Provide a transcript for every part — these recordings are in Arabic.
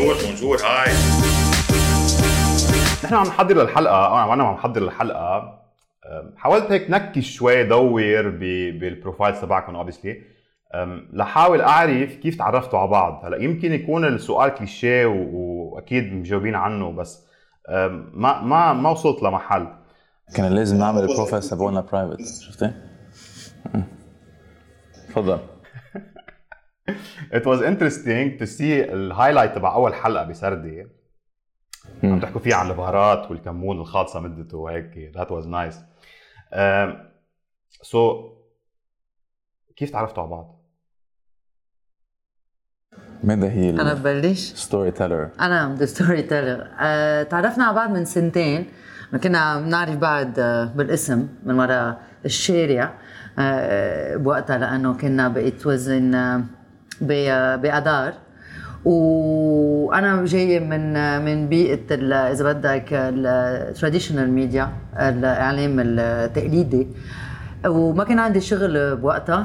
بونجور هاي. نحن عم نحضر للحلقة، أنا عم نحضر للحلقة. حاولت هيك نكش شوي دور بالبروفايل تبعكم obviously لحاول أعرف كيف تعرفتوا على بعض. هلا يمكن يكون السؤال كليشيه وأكيد مجاوبين عنه، بس ما وصلت لمحل. كان لازم نعمل البروفايل تبعنا برايفت، شفتي؟ تفضل. It was interesting to see الهايلايت تبع أول حلقة بسردي عم تحكوا فيها عن البهارات والكمون الخالصة مدته وهيك. That was nice. So كيف تعرفتوا على بعض؟ ماذا هي أنا ببلش ستوري تيلر. أنا the story teller. تعرفنا على بعض من سنتين، ما كنا بنعرف بعض بالاسم من وراء الشارع بوقتها، لأنه كنا بإتوزن بأدار، وأنا جاية من بيئة إذا بدك التراديشنال ميديا، الإعلام التقليدي، وما كان عندي شغل بوقتها.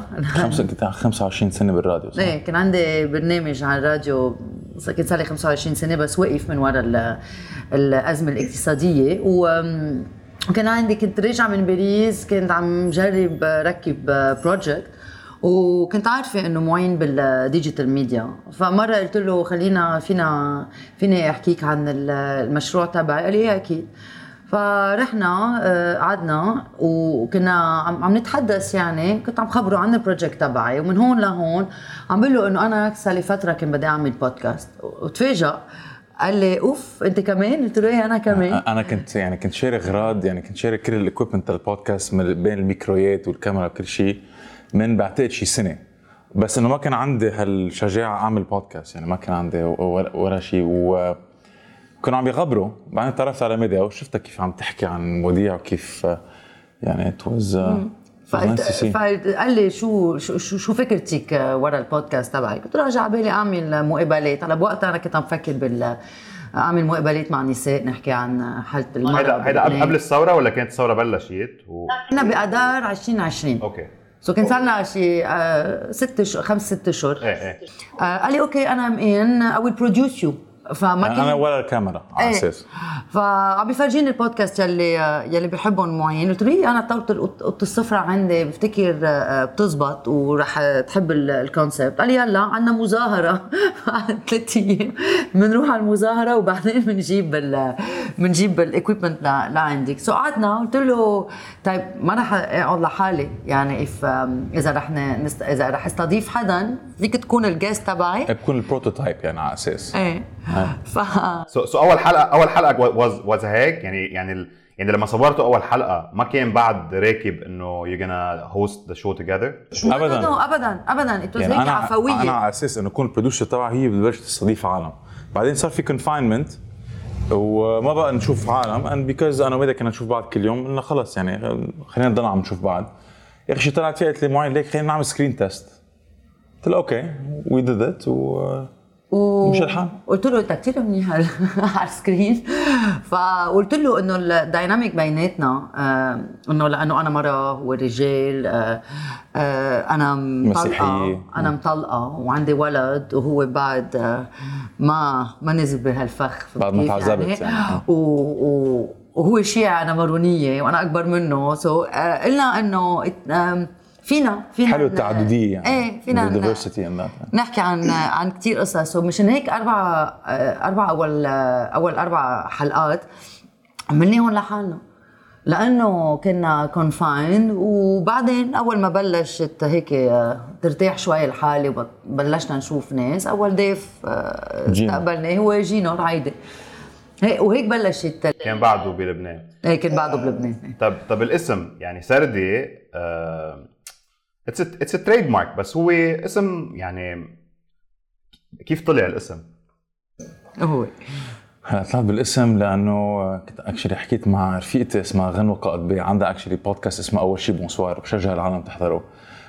25 سنة بالراديو صح؟ ايه كان عندي برنامج على الراديو، كنت صار لي 25 سنة بس وقف من وراء الأزمة الاقتصادية. وكان عندي، كنت راجعة من باريس، كنت عم جرب ركب بروجكت، وكنت عارفة انه معين بالديجيتال ميديا. فمرة قلت له فيني احكيك عن المشروع تبعي. قال لي ايه اكيد. فرحنا قعدنا وكنا عم نتحدث، يعني كنت عم خبره عن البروجكت تبعي، ومن هون لهون عم بقول له انه انا صار لي فترة كنت بدي اعمل بودكاست. وتفاجأ قال لي اوف انت كمان؟ قلت له ايه انا كمان. انا كنت شاري اغراض، يعني كنت شاري كل الاكويبمنت البودكاست بين الميكرويات والكاميرا وكل شيء من بعتقد شي سنة، بس انه ما كان عندي هالشجاعة اعمل بودكاست، يعني ما كان عندي ولا شيء. وكانوا عم يغبروا، بعدين تعرفت على ميديا وشفتها كيف عم تحكي عن مواضيع وكيف يعني توز. فقال لي شو فكرتك ورا البودكاست تبعي؟ قلت له رجع بالي اعمل مقابلات. على بوقتها انا كنت عم فكر اعمل مقابلات مع نساء نحكي عن حالة المرأة. هيدا قبل الثورة ولا كانت الثورة بلشت؟ كنا بأدار 2020. اوكي. كان صار لنا شي 5-6 اشهر. قال لي اوكي انا مين I will produce you. فما كان انا ولا الكاميرا على اساس. فعم بيفرجيني البودكاست يلي بيحبهم معين. قلت له انا طاولة القط الصفراء عندي بفتكر بتزبط ورح تحب الكونسبت. قال لي يلا عندنا مظاهرة بعد 3 ايام بنروح على المظاهرة وبعدين بنجيب الاكويبمنت لعندك. سو قعدنا قلت له طيب ما رح اقعد لحالي، يعني اذا رح استضيف حدا فيك تكون الجيست تبعي، بكون البروتوتايب يعني على اساس. ايه اول حلقه was هيك يعني لما صورتوا اول حلقه ما كان بعد راكب انه you're gonna host the show together؟ ابدا it was يعني هيك عفويه. انا على اساس انه يكون البروديوسر تبعي هي بتبلش تستضيف عالم، بعدين صار في confinement وما بقى نشوف عالم and because انا وميدا كنا نشوف بعض كل يوم، قلنا خلص يعني خلينا نضل عم نشوف بعض. يا اخي طلعت فيها قلت لي معين ليك خلينا نعمل سكرين تيست. قلت له اوكي we did it ومش الحال. قلت له انت كتير منيح على السكرين. فقلت له انه الدايناميك بيناتنا انه لانه انا مرة والرجال انا مطلقة وعندي ولد وهو بعد ما نزل بهالفخ بعد ما تعذبت يعني. وهو شيعي انا مارونية وانا اكبر منه. قلنا انه فينا حلو التعددية يعني. ايه فينا نحكي عن كتير قصص. ومشان هيك اول 4 حلقات عملناهم لحالنا لانه كنا كونفايند. وبعدين اول ما بلشت هيك ترتاح شوي الحالة وبلشنا نشوف ناس، اول ضيف استقبلناه هو جينو رعيدة. وهيك بلشت. كان بعده بلبنان. ايه كان بعده بلبنان. طب الاسم يعني سردي it's a trademark، بس هو اسم يعني كيف طلع الاسم؟ هو طلعت بالاسم لانه كنت اكشلي حكيت مع رفيقتي اسمها غنوة قائد، عندها اكشلي بودكاست اسمه اول شي بونسوار، بشجع العالم تحضره.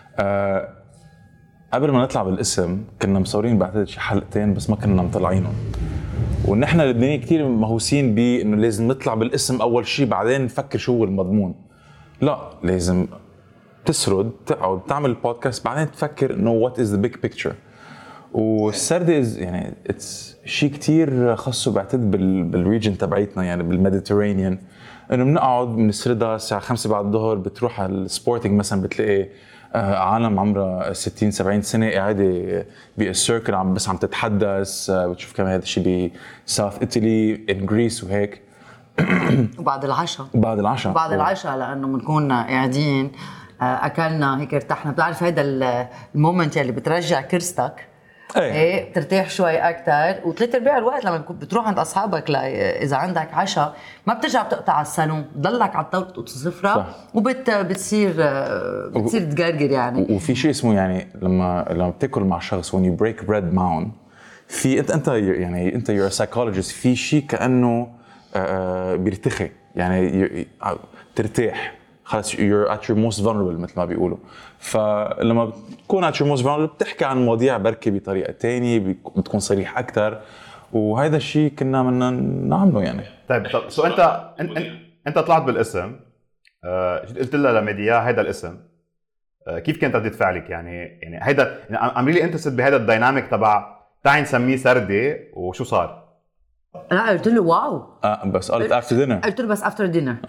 قبل ما نطلع بالاسم كنا مصورين بعتقد شي حلقتين بس ما كنا مطلعينهم، ونحن اللبنانيين كتير مهووسين بانه لازم نطلع بالاسم اول شي بعدين نفكر شو هو المضمون. لا، لازم تسرد تقعد تعمل البودكاست بعدين تفكر انه what is the big picture. والسردة يعني اتس شيء كتير خاصه بعتقد بالريجن تبعيتنا يعني بالميديترينيان، انه بنقعد بنسردها الساعه 5 بعد الظهر، بتروح على السبورتنج مثلا بتلاقي عالم عمرها 60 70 سنه قاعده بالسيركل عم تتحدث. بتشوف كمان هذا الشيء بساوث ايطالي ان جريس وهيك. وبعد العشاء بعد العشاء لانه بنكون قاعدين اكلنا هيك ارتحنا. بتعرف هذا المومنت اللي بترجع كرستك ايه بترتاح شوي اكثر. وثلاث ارباع الوقت لما بتروح عند اصحابك اذا عندك عشاء ما بترجع بتقطع على الصالون، بتضلك على الطاوله السفره وبتصير تقرقر يعني. وفي شيء اسمه يعني لما بتاكل مع شخص when you break bread معهم، في انت يعني انت you're a psychologist، في شيء كانه بيرتخي يعني ترتاح خلاص you're at your most vulnerable مثل ما بيقولوا. فلما بتكون at your most vulnerable بتحكي عن مواضيع بركي بطريقة تانية، بتكون صريح أكتر، وهذا الشيء كنا بدنا نعمله يعني. طيب سو انت طلعت بالاسم، قلت لها لميديا هيدا الاسم، كيف كانت ردة فعلك يعني هيدا I'm really interested بهذا الديناميك تبع تعي نسميه سردة وشو صار؟ لا قلت له واو بس قلت after dinner، قلت له بس after dinner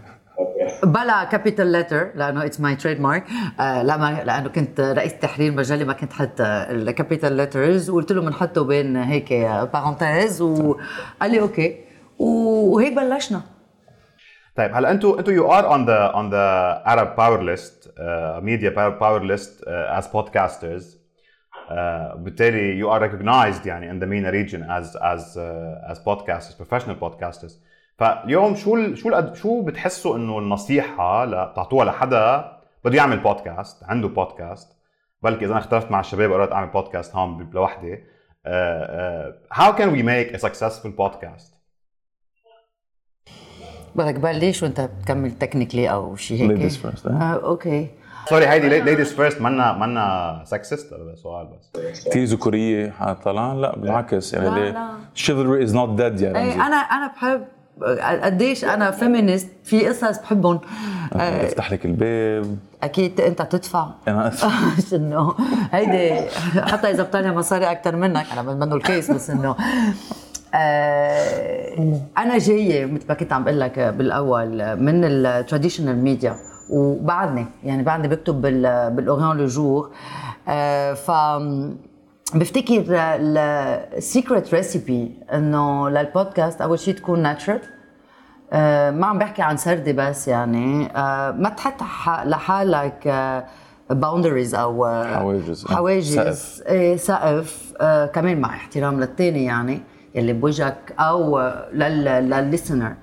بلا كابيتال لتر لانه اتس ماي تريد مارك. لانه كنت رئيس تحرير مجله ما كنت حط الكابيتال لترز، وقلت له بنحطه بين هيك بارنتيز وقال لي اوكي وهيك بلشنا. طيب هلا انتو you are on the Arab power list, media power list as podcasters. بالتالي you are recognized يعني in the MENA region as podcasters, professional podcasters. فاليوم شو بتحسوا انه النصيحه بتعطوها لحدا بده يعمل بودكاست، عنده بودكاست، بلكي اذا انا اخترت مع الشباب قررت اعمل بودكاست هون لوحدي، how can we make a successful podcast؟ بدك بلش وانت بتكمل تكنيكلي او شيء هيك؟ ladies first. اوكي سوري هيدي ladies first منا سكسست هذا سؤال بس كثير ذكوريه حطلعن. لا بالعكس يعني لا. chivalry is not dead يا رمزي. انا بحب قديش انا فيمينست، في قصص بحبهم. افتح لك الباب اكيد انت تدفع. انا مش انه هيدي حتى اذا بطلع مصاري اكثر منك انا منه الكيس، بس انه انا جايه مثل ما كنت عم بقول لك بالاول من التراديشنال ميديا، وبعدني يعني بكتب بالاوريون لو جور. ف بفتكر السيكريت ريسيبي انه للبودكاست اول شيء تكون ناتشرال. ما عم بحكي عن سردة بس يعني ما تحط لحالك باوندريز او حواجز سقف كمان مع احترام للتاني يعني يلي بوجهك او للليسنر،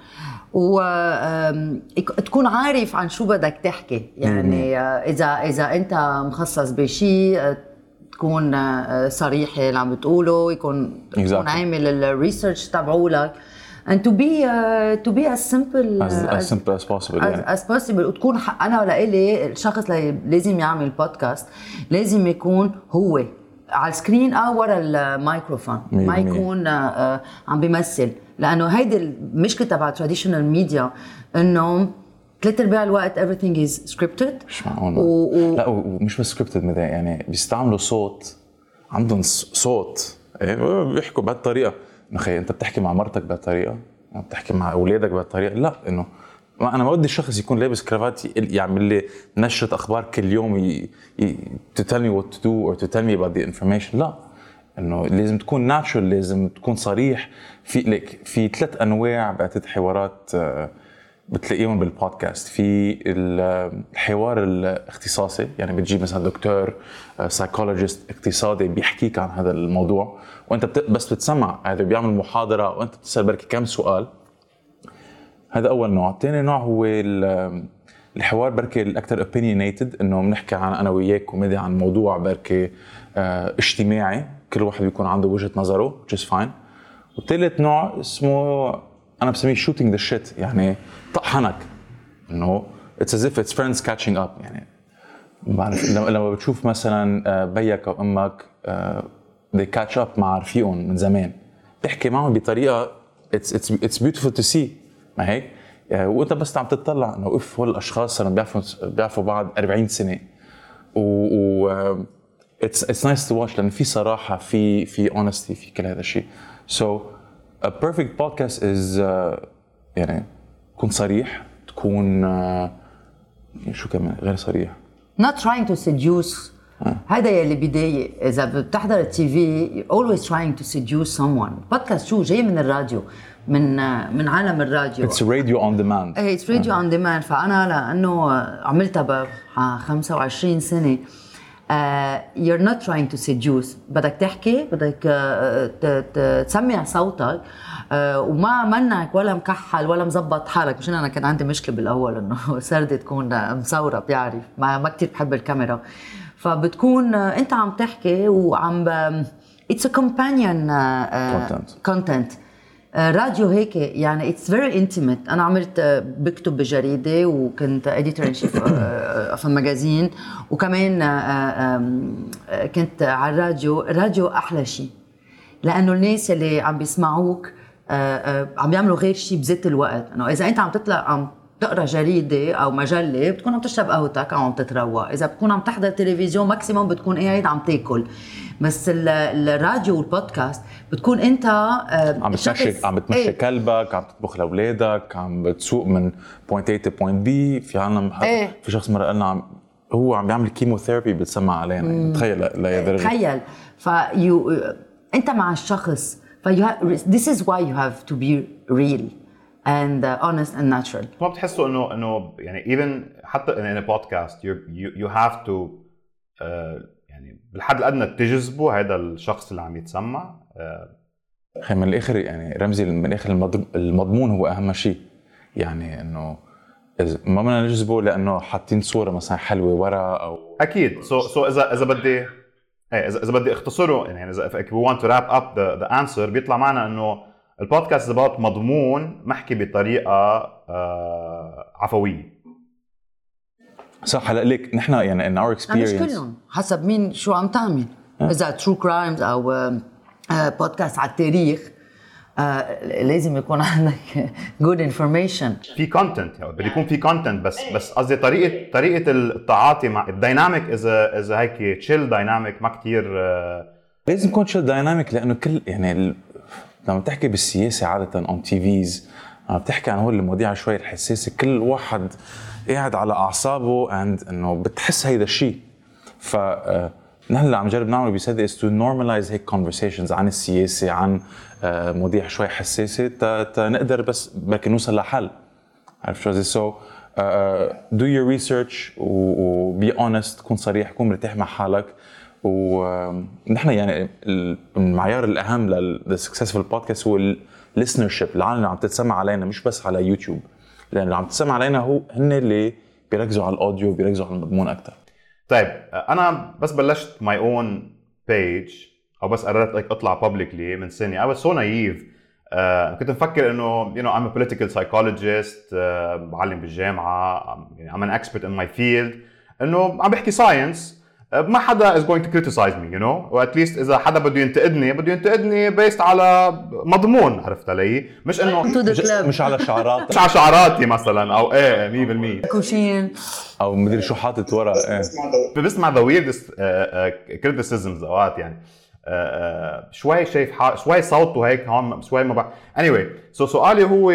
وتكون عارف عن شو بدك تحكي يعني. اذا انت مخصص بشيء تكون صريح اللي عم بتقوله، يكون عامل الريسيرش تبعولك and to be as simple as possible يعني. as possible. وتكون انا لإلي الشخص اللي لازم يعمل بودكاست لازم يكون هو على السكرين او ورا الميكروفون، ما يكون عم بيمثل، لانه هيدي المشكله تبع تراديشنال ميديا انه 3/4 الوقت everything is scripted. مش معقول لا ومش بس scripted يعني بيستعملوا صوت، عندهم صوت بيحكوا بهالطريقه. نخي انت بتحكي مع مرتك بهالطريقه، بتحكي مع اولادك بهالطريقه، لا انه انا ما بدي الشخص يكون لابس كرافات يعمل لي نشره اخبار كل يوم to tell me what to do or to tell me about the information. لا انه لازم تكون natural، لازم تكون صريح. في 3 انواع بعتقد حوارات بتلاقيهم بالبودكاست. في الحوار الاختصاصي، يعني بتجيب مثلا دكتور سايكولوجيست اقتصادي بيحكيك عن هذا الموضوع وانت بس بتسمع، هذا بيعمل محاضرة وانت بتسأل بركي كم سؤال. هذا اول نوع. ثاني نوع هو الحوار بركي الاكثر opinionated، انه بنحكي عن انا وياك كوميدي عن موضوع بركي اجتماعي، كل واحد بيكون عنده وجهة نظره which is fine. وثالث نوع اسمه أنا بسميه shooting the shit، يعني طحنك، إنه it's as if it's friends catching up. يعني بعرف لما بتشوف مثلا بيك أو أمك they catch up مع رفيقهم من زمان، تحكي معهم بطريقة it's beautiful to see، ما هيك؟ وأنت بس عم تطلع إنه هول الأشخاص صاروا بيعرفوا بعض 40 سنة، و it's nice to watch لأن في صراحة في honesty في كل هذا الشيء. So a perfect podcast is يعني تكون صريح، تكون شو كمان غير صريح. not trying to seduce. هذا يلي بداية. إذا بتحضر التي في always trying to seduce someone. بودكاست شو جاي من الراديو، من عالم الراديو. It's radio on demand. It's radio on demand. فأنا لأنه عملتها 25 سنة. You're not trying to seduce. بدك تحكي، بدك تسمع صوتك وما منك ولا مكحل ولا مزبط حالك. مشان أنا كان عندي مشكلة بالأول إنه سردي تكون مصورة، بيعرف ما كتير بحب الكاميرا. فبتكون أنت عم تحكي وعم it's a companion content. راديو هيك يعني it's very intimate. أنا عملت بكتب بجريدة وكنت editor in chief في مجازين، وكمان كنت على الراديو أحلى شيء لأنه الناس اللي عم بيسمعوك عم بيعملوا غير شيء بذات الوقت. إنه إذا أنت عم تطلع عم تقرا جريدة أو مجلة بتكون عم تشرب قهوتك أو عم تتروق. إذا بتكون عم تحضر تلفزيون ماكسيموم بتكون قاعد عم تاكل. بس الراديو والبودكاست بتكون انت عم بتمشي كلبك، عم تطبخ لاولادك، عم بتسوق من بوينت A to بوينت B. في عالم في شخص مره قالنا هو عم بيعمل كيموثيرابي بتسمع علينا. تخيل انت مع الشخص. this is why you have to be real and honest and natural. ما بتحسوا انه يعني even حتى in a podcast you have to يعني بالحد الادنى تجذبوا هذا الشخص اللي عم يتسمع. من الاخر يعني رمزي، من الاخر المضمون هو اهم شيء. يعني انه ما بدنا نجذبه لانه حاطين صوره مثلا حلوه ورا او اكيد. سو اذا بدي اختصره يعني اذا if we want to wrap up the answer بيطلع معنا انه البودكاست زبط مضمون محكي بطريقه عفويه. صح. هلا ليك نحن يعني in our experience مش كلهم، حسب مين شو عم تعمل. إذا true crimes أو بودكاست على التاريخ لازم يكون عندك good information. في content يعني بدي يكون في content بس قصدي طريقة التعاطي مع الديناميك. إذا هيك chill dynamic ما كتير لازم يكون chill dynamic. لأنه كل يعني لما تحكي بالسياسة عادة on TVs بتحكي عن هول المواضيع شوي الحساسة، كل واحد قاعد على أعصابه and إنه بتحس هيدا الشيء. نحن اللي عم نجرب نعمله بصدق is to normalize هيك conversations عن السياسة، عن مواضيع شوي حساسة نقدر بس بلكن نوصل لحل. عارف شو قصدي؟ So do your research و be honest، كون صريح، كون مرتاح مع حالك. ونحن يعني المعيار الأهم لل successful podcast هو listenership. العالم اللي عم تتسمع علينا مش بس على يوتيوب، لأن اللي عم تسمع علينا هن اللي بيركزوا على الأوديو، بيركزوا على المضمون أكتر. طيب أنا بس بلشت my own page أو بس قررت أطلع publicly من سنة. I was so naive. كنت مفكر إنه I'm a political psychologist، بعلم بالجامعة، يعني I'm an expert in my field، إنه عم بحكي science. ما حدا is going to criticize me or at least إذا حدا بده ينتقدني based على مضمون. عرفت علي؟ مش إنه مش على شعارات، مش على شعاراتي مثلا أو 100% كوشين أو مدري شو حاطط ورا. بسمع the weirdest criticisms أوقات يعني شوي شايف شوي صوته هيك هون شوي ما بعرف. anyway سؤالي هو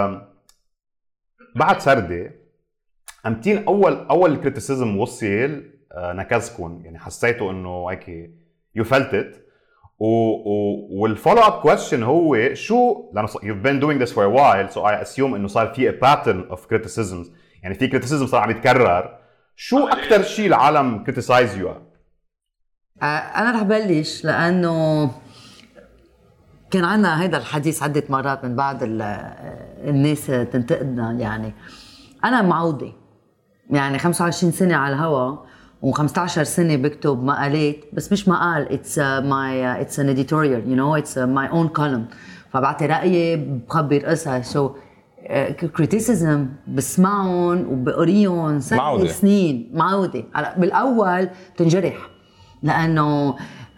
بعد سردي أمتين أول criticism وصل نكزكن يعني حسيته انه هيك you felt it والfollow up question هو شو، لانه you've been doing this for a while so I assume انه صار في a pattern of criticisms، يعني في criticism صار عم يتكرر. شو اكثر شيء العالم criticize you؟ انا رح بلش لانه كان عنا هيدا الحديث عدة مرات من بعض الناس تنتقدنا. يعني انا معودة يعني 25 سنة على الهوا و15 سنة بكتب مقالات، بس مش مقال it's an editorial it's my own column. فبعطي رأيي، بخبر قصص. so criticism بسمعهم وبقريهم سنين معودة. بالأول بتنجرح لأنه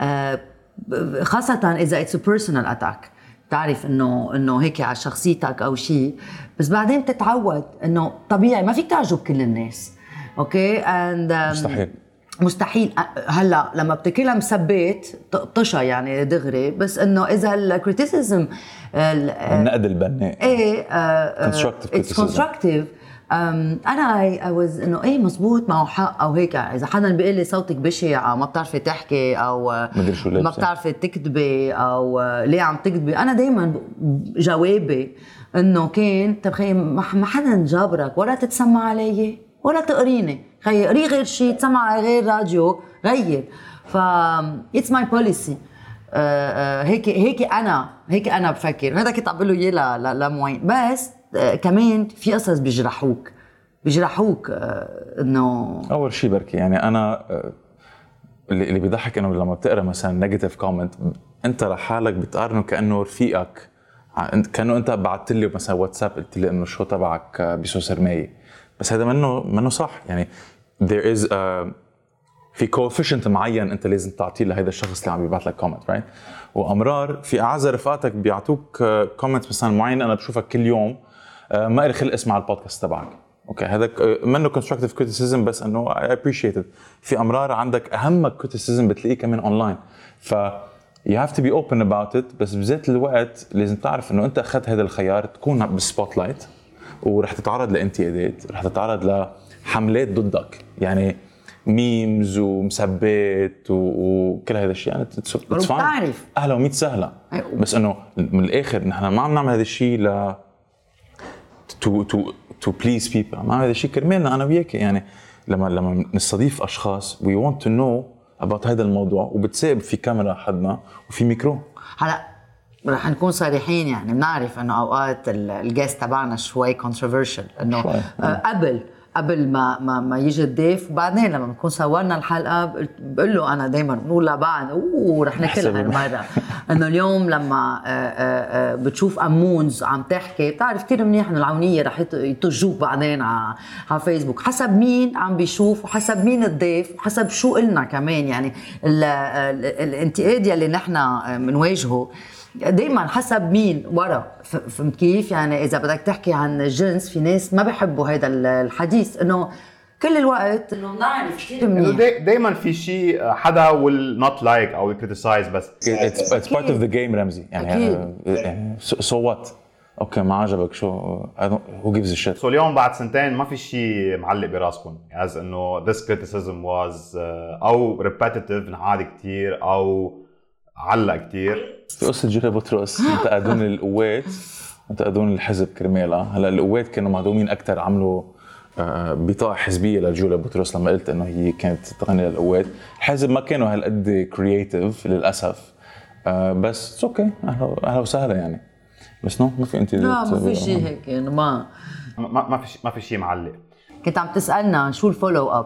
خاصة إذا it's a personal attack، تعرف إنه هيك على شخصيتك أو شيء، بس بعدين بتتعود إنه طبيعي ما فيك تعجب كل الناس. اوكي and مستحيل. مستحيل هلا لما بتاكلها مثبت بتقطشها يعني دغري، بس انه اذا الكريتيسيزم النقد البناء ايه constructive كونستراكتيف انا I was انه ايه مزبوط معه حق او هيك. اذا حدا بيقول لي صوتك بشع او ما بتعرفي تحكي او ما بتعرفي تكتبي او ليه عم تكتبي، انا دائما جوابي انه كان طب خي ما حدا جابرك ولا تتسمع علي ولا تقريني، خي قري غير شيء، تسمع غير راديو غير. ف اتس ماي بوليسي. هيك انا بفكر. هذا كنت عم بقول له اياه لمعين. بس كمان في قصص بيجرحوك انه اول شيء بركي يعني انا اللي بيضحك انه لما بتقرا مثلا نيجاتيف كومنت انت لحالك بتقارنه كانه رفيقك، كانه انت بعثت لي مثلا واتساب قلت لي انه الشو تبعك بسو سرمايه، بس هذا منه صح. يعني there is في coefficient معين انت لازم تعطيه لهذا الشخص اللي عم يبعث لك كومنت رايت. وامرار في اعز رفقاتك بيعطوك كومنت مثلا معين انا بشوفك كل يوم ما لي خلق اسمع البودكاست تبعك، اوكي هذا منه constructive criticism بس انه I appreciate it. في امرار عندك اهم criticism بتلاقيه كمان اونلاين، ف you have to be open about it. بس بذات الوقت لازم تعرف انه انت اخذت هذا الخيار تكون بالسبوت لايت ورح تتعرض لانتقادات، رح تتعرض لحملات ضدك، يعني ميمز ومسبات وكل هذا الشيء. يعني بتعرف اهلا وميت سهله، بس انه من الاخر نحن ما عم نعمل هذا الشيء ل to please people، ما هذا الشيء كرمالنا انا وياك. يعني لما نستضيف اشخاص we want to know about هذا الموضوع وبتساب في كاميرا حدنا وفي ميكرو. هلا رح نكون صريحين، يعني بنعرف انه اوقات الجيست تبعنا شوي controversial، انه قبل ما يجي الضيف، وبعدين لما بنكون صورنا الحلقه بقول له انا دائما بقول لبعض رح ناكلها هالمره انه اليوم لما بتشوف امونز عم تحكي بتعرف كثير منيح انه العونيه رح يطجوك بعدين على فيسبوك، حسب مين عم بيشوف وحسب مين الضيف وحسب شو قلنا كمان. يعني الانتقاد اللي نحن بنواجهه دايما حسب مين ورا، فهمت كيف؟ يعني اذا بدك تحكي عن الجنس في ناس ما بيحبوا هذا الحديث، انه كل الوقت انه بنعرف كثير منيح دايما في شيء حدا will not like او criticize، بس it's part of the game رمزي. يعني so what اوكي ما عجبك شو who gives a shit. سو اليوم بعد سنتين ما في شيء معلق براسكم as انه this criticism was او repetitive نعاد كتير او علق كتير. في قصة جوليا بطرس انتقدون القوات انتقدون الحزب كرمالها. هلا القوات كانوا مهضومين اكثر، عملوا بطاقة حزبية لجوليا بطرس لما قلت انه هي كانت تغني للقوات. الحزب ما كانوا هالقد كرييتيف للاسف، بس اوكي اهلا وسهلا يعني. بس ما في انت لا ما في شيء هيك يعني ما في شيء معلق. كنت عم تسالنا شو الفولو اب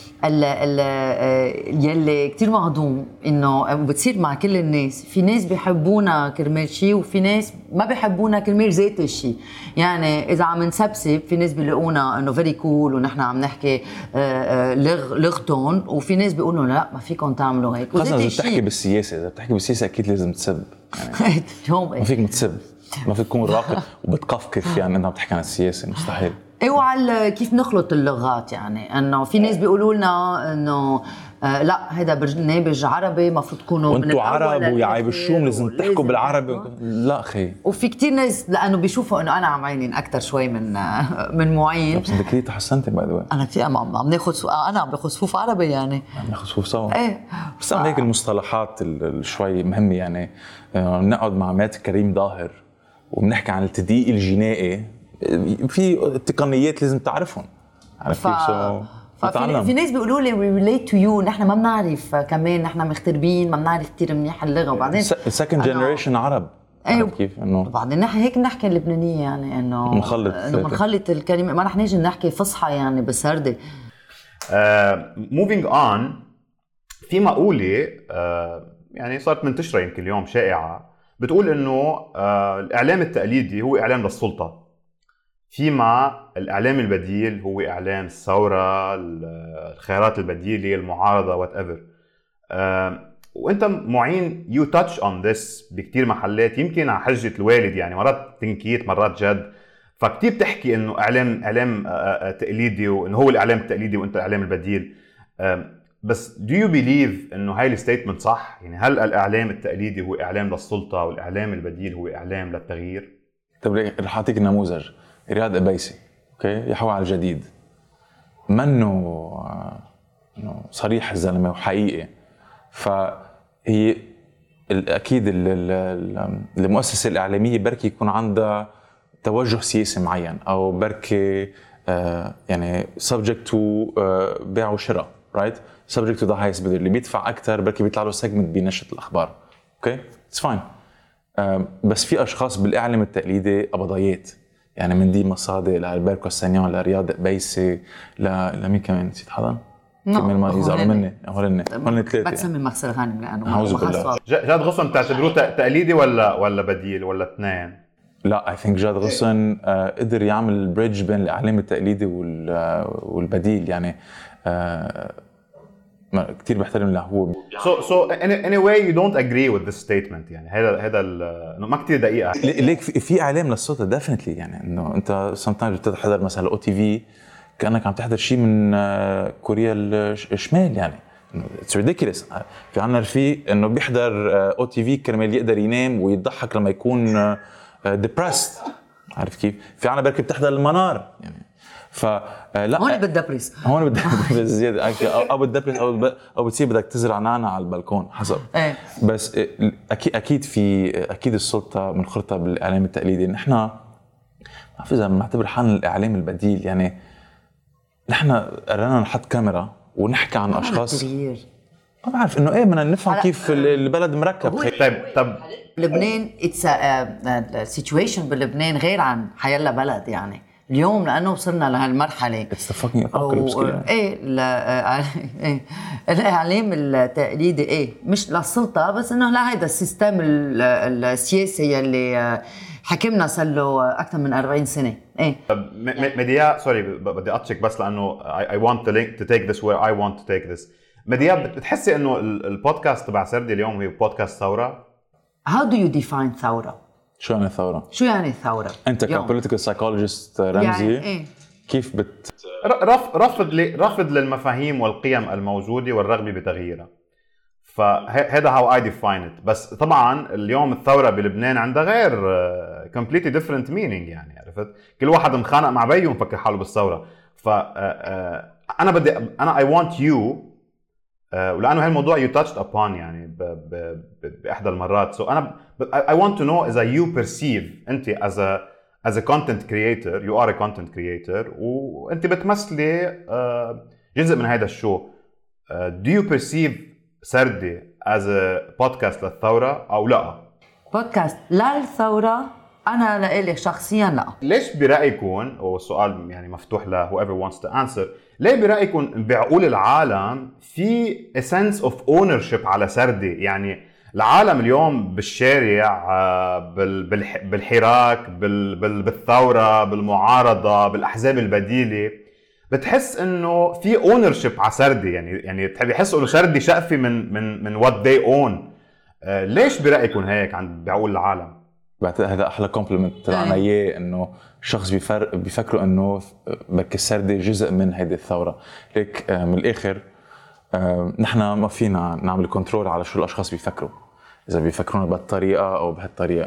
يلي كتير مهضوم انه بتصير مع كل الناس. في ناس بيحبونا كرمال شيء وفي ناس ما بيحبونا كرمال ذات الشيء. يعني اذا عم نسبسب في ناس بيلاقونا انه فيري كول ونحن عم نحكي لغتهم، وفي ناس بيقولوا لا ما فيكم تعملوا هيك. خاصة اذا بتحكي بالسياسة، اذا بتحكي بالسياسة اكيد لازم تسب يعني. ما فيك تسب، ما فيك تكون راقد وبتقفكف يعني انت عم تحكي عن السياسة، مستحيل. ايوه على كيف نخلط اللغات. يعني انه في ناس بيقولوا لنا انه لا هذا برنامج عربي مفروض تكونوا وانتوا عرب ويعيب الشوم لازم تحكوا بالعربي. لا اخي، وفي كتير ناس لانه بيشوفوا انه انا عم عينين اكثر شوي من معين. بس انت كثير تحسنتي باي ذا. انا كثير عم ناخذ انا عم باخذ صفوف عربي يعني عم ناخذ صفوف سوا. ايه بس هيك المصطلحات شوي مهمه يعني. نقعد مع مات كريم ظاهر وبنحكي عن التدقيق الجنائي، في تقنيات لازم تعرفهم. عارف كيف؟ في ناس بيقولوا لي we relate to you، نحن ما بنعرف كمان، نحن مغتربين ما بنعرف كثير منيح اللغه. وبعدين second generation عرب. ايوه كيف انه وبعدين نحن هيك بنحكي اللبنانيه يعني انه بنخلط الكلمه، ما رح نيجي نحكي فصحى يعني بسردة. moving on، في مقوله يعني صارت منتشره يمكن اليوم شائعه، بتقول انه الاعلام التقليدي هو اعلام للسلطه، فيما الاعلام البديل هو اعلام الثوره، الخيارات البديله، المعارضه whatever. وانت معين you touch on this بكتير محلات، يمكن على حجه الوالد يعني مرات تنكيت مرات جد، فكتير بتحكي انه اعلام تقليدي وانه هو الاعلام التقليدي وانت الاعلام البديل. بس do you believe انه هاي الستيتمنت صح؟ يعني هل الاعلام التقليدي هو اعلام للسلطه والاعلام البديل هو اعلام للتغيير؟ طب رح اعطيك نموذج. رياض قبيسي اوكي يحوى على الجديد، منه صريح الزلمه وحقيقي. فهي اكيد المؤسسه الاعلاميه بركي يكون عندها توجه سياسي معين، او بركي يعني subject to بيع وشراء right subject to the highest bidder. اللي بيدفع اكثر بركي بيطلع له سيجمنت بنشره الاخبار. اوكي اتس فاين. بس في اشخاص بالاعلام التقليدي قبضيات، يعني من دي مصادي لالبركو السانيون لرياض قبيسي لمين كمان نسيت حدا كمان ما يزعلوا مني. هن ثلاثه بتسمي مغسل غانم لانه أعوذ بالله. جاد غصن بتعتبروه تقليدي ولا بديل ولا اثنين؟ لا اي ثينك جاد غصن قدر يعمل بريدج بين الاعلام التقليدي والبديل. يعني كثير بحترم له هو. So anyway you don't agree with this statement. يعني هذا انه ما كثير دقيقه. ليك في اعلام للسلطه ديفينتلي. يعني انه انت sometimes بتحضر مثلا او تي في كانك عم تحضر شيء من كوريا الشمال. يعني اتس ريديكولس. في عنا رفيق انه بيحضر او تي في كرمال يقدر ينام ويضحك لما يكون ديبرست. عارف كيف؟ في عنا بركي بتحضر المنار. يعني فلا هون بتدبرس زياده او بتدبرس او بتصير بدك تزرع نعناع على البلكون حسب. بس اكيد السلطه منخرطه بالاعلام التقليدي. نحن ما بعرف اذا بنعتبر حالنا الاعلام البديل. يعني نحن قررنا نحط كاميرا ونحكي عن اشخاص ما بعرف انه بدنا نفهم كيف البلد مركب. طيب لبنان اتس سيتويشن بلبنان غير عن حيلا بلد. يعني اليوم لانه وصلنا لهالمرحله اتس ذا فاكينج ابوكاليبس. الاعلام التقليدي مش للسلطه بس انه لا هيدا السيستم السياسي يلي حكمنا صار له اكثر من 40 سنه. مديا سوري بدي اقطعك بس لانه I want to take this where I want to take this. مديا بتحسي انه البودكاست تبع سردي اليوم هي بودكاست ثوره؟ How do you define ثوره؟ شو يعني ثورة؟ شو يعني الثورة؟ أنت كبوليتيكال سايكولوجيست رمزي يعني كيف رفض للمفاهيم والقيم الموجودة والرغبة بتغييرها. فهذا how I define it. بس طبعا اليوم الثورة بلبنان عندها غير completely different meaning. يعني عرفت كل واحد مخانق مع بيه ومفكر حاله بالثورة. أنا I want you ولأنه هالموضوع you touched upon يعني بإحدى المرات. So I want to know إذا you perceive أنت as a content creator, you are a content creator وأنت بتمثلي جزء من هذا الشو. Do you perceive سردي as a podcast للثورة أو لا؟ بودكاست للثورة أنا لإلي شخصياً لا. ليش برأيكم والسؤال يعني مفتوح ل whoever wants to answer. ليه برأيكم بعقول العالم في a sense of ownership على سردي؟ يعني العالم اليوم بالشارع بالحراك بالثورة بالمعارضة بالأحزاب البديلة بتحس إنه في ownership على سردي. يعني بيحسوا إنه سردي شقفي من what they own. ليش برأيكم هيك عند بعقول العالم؟ بعتقد هذا احلى كومبلمنت تبعنا اياه انه شخص بيفكروا انه بركي السردي جزء من هيدي الثوره. ليك من الاخر نحن ما فينا نعمل كنترول على شو الاشخاص بيفكروا، اذا بيفكرونا بهالطريقه او بهالطريقه.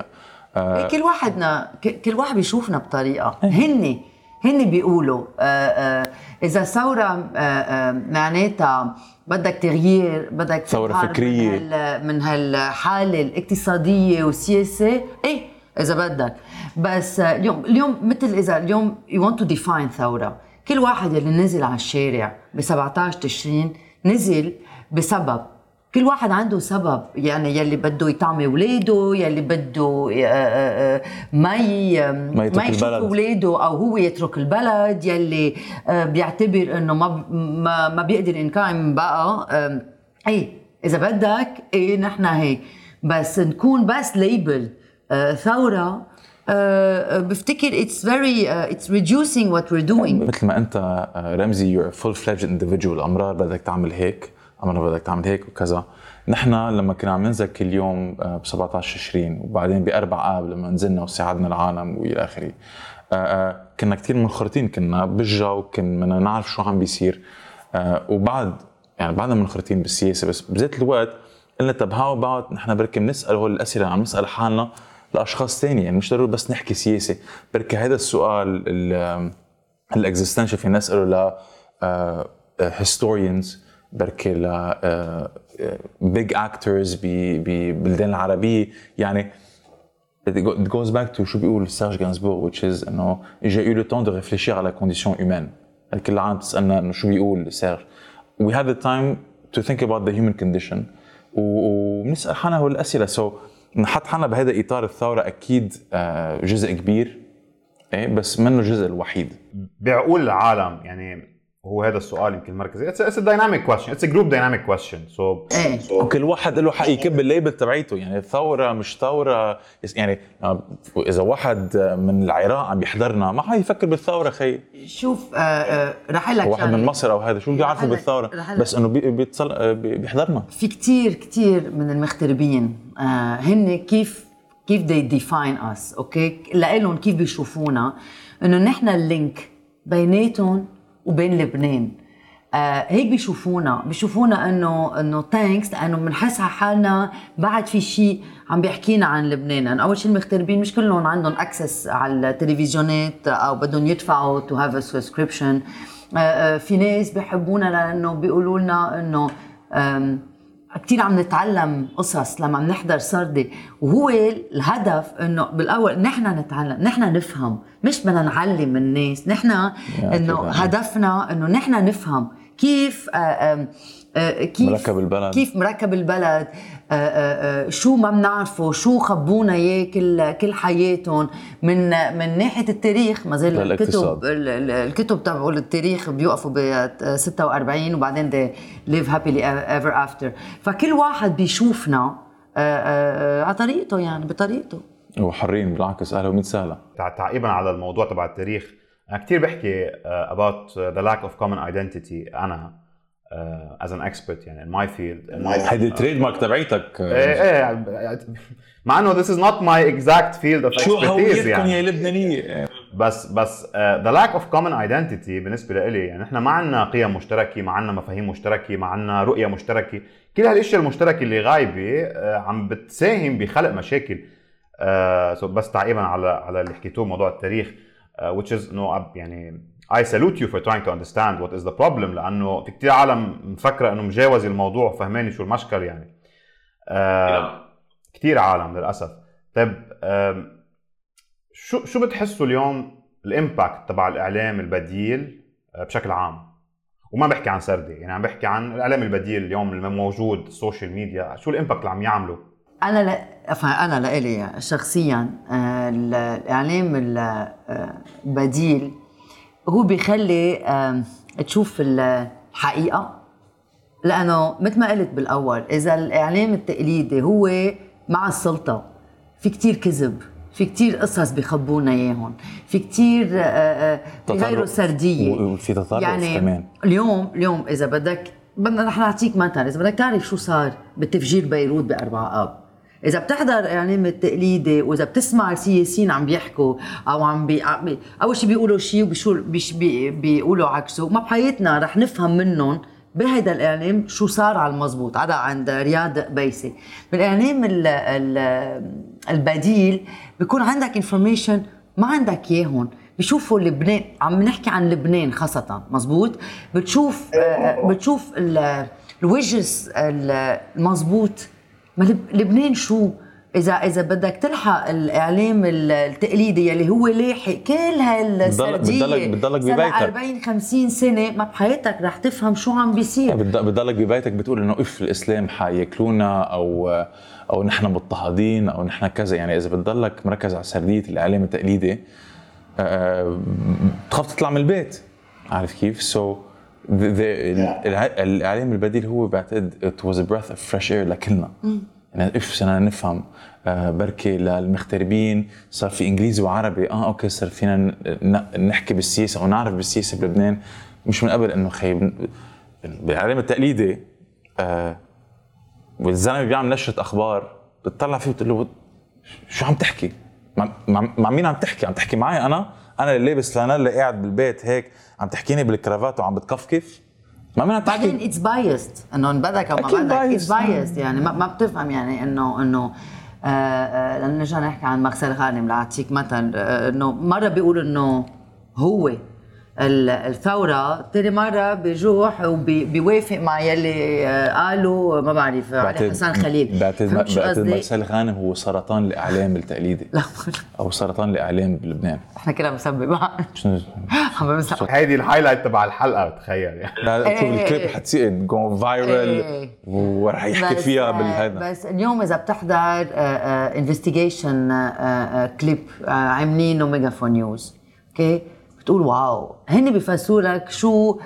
كل واحد بيشوفنا بطريقه. هن بيقولوا اذا ثوره معناتها بدك تغيير، بدك ثوره فكريه من هالحاله الاقتصاديه والسياسه. اذا بدك بس اليوم مثل اذا اليوم you want to define ثوره. كل واحد اللي نزل على الشارع ب 17 تشرين نزل بسبب. كل واحد عنده سبب. يعني يلي بده يطعمي اولاده، يلي بده ما يشوف اولاده او هو يترك البلد، يلي بيعتبر انه ما بيقدر ينقايم بقى. اذا بدك نحن هيك بس نكون بس ليبل ثوره. بفتكر it's reducing what we're doing. مثل ما انت رمزي you're a full-fledged individual. امرار بدك تعمل هيك، أمرنا بدك تعمل هيك وكذا. نحن لما كنا عم ننزل كل يوم ب 17 تشرين وبعدين ب4 آب لما نزلنا وساعدنا العالم وإلى آخره، كنا كتير منخرطين، كنا بجا وكنا نعرف شو عم بيصير. وبعد يعني بعدنا منخرطين بالسياسه، بس بذات الوقت قلنا طب هاو اباوت نحن بركي بنسال هول الاسئله عم نسال حالنا لاشخاص ثانيه، يعني مش ضروري بس نحكي سياسه. بركي هذا السؤال الاكزيستنشال في نساله ل هيستوريانز، بركي ل بيج اكترز ببلدان العربيه. يعني it goes back to شو بيقول سيرج غانسبور which is انه j'ai eu le temps de réfléchir à la condition humaine. كل عام بتسالنا انه شو بيقول سيرج. we had the time to think about the human condition وبنسال حالنا هول الاسئله. سو نحط حالنا بهذا اطار الثوره اكيد جزء كبير، ايه بس منه الجزء الوحيد. بعقول العالم يعني هو هذا السؤال يمكن مركزي. it's a dynamic question, it's a group dynamic question. وكل واحد له حق يكب الليبل تبعيته. يعني الثوره مش ثوره، يعني اذا واحد من العراق عم بيحضرنا ما حيفكر بالثوره خي. شوف رح لك واحد من مصر او هذا شو بيعرفوا بالثوره، بس انه بيحضرنا. في كتير من المغتربين هن كيف they define us، اوكي، لهم كيف بيشوفونا انه نحن اللينك بيناتهم وبين لبنان. هيك بيشوفونا انه ثانكس لانه بنحس على حالنا بعد في شيء عم بيحكينا عن لبنان. يعني اول شيء المغتربين مش كلهم عندهم اكسس على التلفزيونات او بدهم يدفعوا تو هاف ا سبسكريبشن. في ناس بيحبونا لانه بيقولوا لنا انه كتير عم نتعلم قصص لما عم نحضر سردي، وهو الهدف انه بالاول نحن نتعلم، نحن نفهم، مش بدنا نعلم الناس. نحن انه هدفنا انه نحن نفهم كيف مركب البلد، شو ما بنعرفه، شو خبونا اياه كل حياتهم من ناحيه التاريخ. ما زال الكتب تبعوا التاريخ بيوقفوا ب 46 وبعدين they live happily ever after. فكل واحد بيشوفنا على طريقته، يعني بطريقته، وحرين بالعكس اهلا وميت سهلا. تعقيبا على الموضوع تبع التاريخ، انا كثير بحكي about the lack of common identity. انا as an expert يعني in my field. هيدي التريد مارك تبعيتك. ايه مع انه this is not my exact field of expertise. شو هويتكم يا لبنانية؟ بس the lack of common identity بالنسبة لإلي يعني احنا ما عنا قيم مشتركة، ما عنا مفاهيم مشتركة، ما عنا رؤية مشتركة. كل هالاشياء المشتركة اللي غايبة عم بتساهم بخلق مشاكل. بس تعقيبا على اللي حكيتوه موضوع التاريخ which is يعني I salute you for trying to understand what is the problem. لأنه في كتير عالم مفكرة إنه مجاوز الموضوع، فهماني شو المشكل يعني. كتير عالم للأسف. طيب شو بتحسوا اليوم الإمباكت تبع الإعلام البديل بشكل عام؟ وما بحكي عن سردي، يعني عم بحكي عن الإعلام البديل اليوم الموجود، السوشيال ميديا. شو الإمباكت اللي عم يعمله؟ أنا لإلي شخصياً الإعلام البديل هو بيخلي تشوف الحقيقة. لأنه مثل ما قلت بالأول، إذا الإعلام التقليدي هو مع السلطة في كتير كذب، في كتير قصص بيخبونا إياهم، في كتير بغيروا سردية، وفي تطرف يعني كمان. اليوم إذا بدنا رح نعطيك مثل. إذا بدك تعرف شو صار بتفجير بيروت بأربعة آب، إذا بتحضر إعلام التقليدي وإذا بتسمع السياسيين عم بيحكوا أو أول شيء بيقولوا شيء بيقولوا عكسه، ما بحياتنا رح نفهم منهم بهيدا الإعلام شو صار على المزبوط. هذا عند رياض قبيسي. بالإعلام البديل بيكون عندك information ما عندك إياهم. بيشوفوا لبنان، عم نحكي عن لبنان خاصة، مزبوط. بتشوف الوجه المزبوط. ما لبنان شو اذا بدك تلحق الاعلام التقليدي يلي هو لاحق كل هالسرديه بتضلك ببيتك 40-50 سنه، ما بحياتك رح تفهم شو عم بيصير. بتضلك ببيتك بتقول انه الاسلام حياكلونا او نحن مضطهدين او نحن كذا. يعني اذا بتضلك مركز على سرديه الاعلام التقليدي بتخاف تطلع من البيت، عارف كيف؟ الاعلام البديل هو بعتقد it was a breath of fresh air لكلنا. يعني صرنا نفهم بركي للمغتربين صار في انجليزي وعربي. اوكي صار فينا نحكي بالسياسه ونعرف بالسياسه بلبنان مش من قبل. انه بالاعلام التقليدي والزلمه بيعمل نشره اخبار بتطلع فيه بتقول له شو عم تحكي؟ مع مين عم تحكي؟ عم تحكي معي انا اللي لابس فانيلا اللي قاعد بالبيت هيك عم تحكيني بالكرافات وعم بتكفكف؟ ما بدنا بعدين تحكي اتس بايست انه بدك او ما أكيد بدك اتس biased. بايست يعني ما بتفهم يعني انه نرجع نحكي عن مغسل غانم لاعطيك مثل انه مره بيقول انه هو الثوره، ثاني مره بيروح وبيوافق مع يلي قالوا ما بعرف علي حسن خليل. بعتقد مغسل غانم هو سرطان الاعلام التقليدي لا او سرطان الاعلام بلبنان. احنا كلنا مسبب عم بمسح. هيدي الهايلايت تبع الحلقه بتخيل يعني. لا شوف الكليب حتصير جو فايرل ورح يحكي فيها بالهذا. بس اليوم اذا بتحضر انفستيجيشن كليب عاملينه ميجافون نيوز، اوكي، بتقول واو، هن بيفسروا لك شو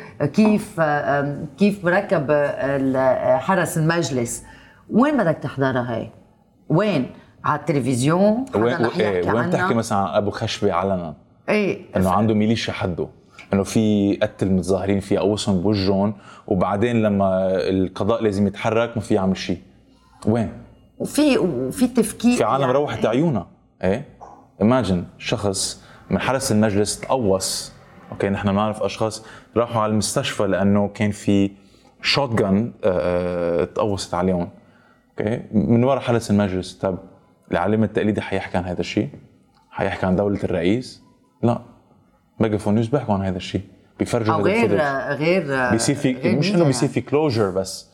كيف مركب حرس المجلس. وين بدك تحضرها هي؟ وين؟ على التلفزيون؟ وين تحكي مثلا عن ابو خشبه علنا؟ ايه انه عنده ميليشيا حده، انه في قتل متظاهرين في قوسهم بوجهن، وبعدين لما القضاء لازم يتحرك ما في يعمل شيء. وين؟ وفي تفكير في عالم يعني روحت عيونها. ايه imagine شخص من حرس المجلس تقوص. اوكي نحن بنعرف اشخاص راحوا على المستشفى لانه كان في شوت جن تقوصت عليهم. اوكي من وراء حرس المجلس. طب العالم التقليدي حيحكي عن هذا الشيء؟ حيحكي عن دولة الرئيس؟ لا، ميجافون نيوز بيحكوا عن هذا الشيء، بيفرجوا او غير بيصير في مش انه بيصير في كلوجر بس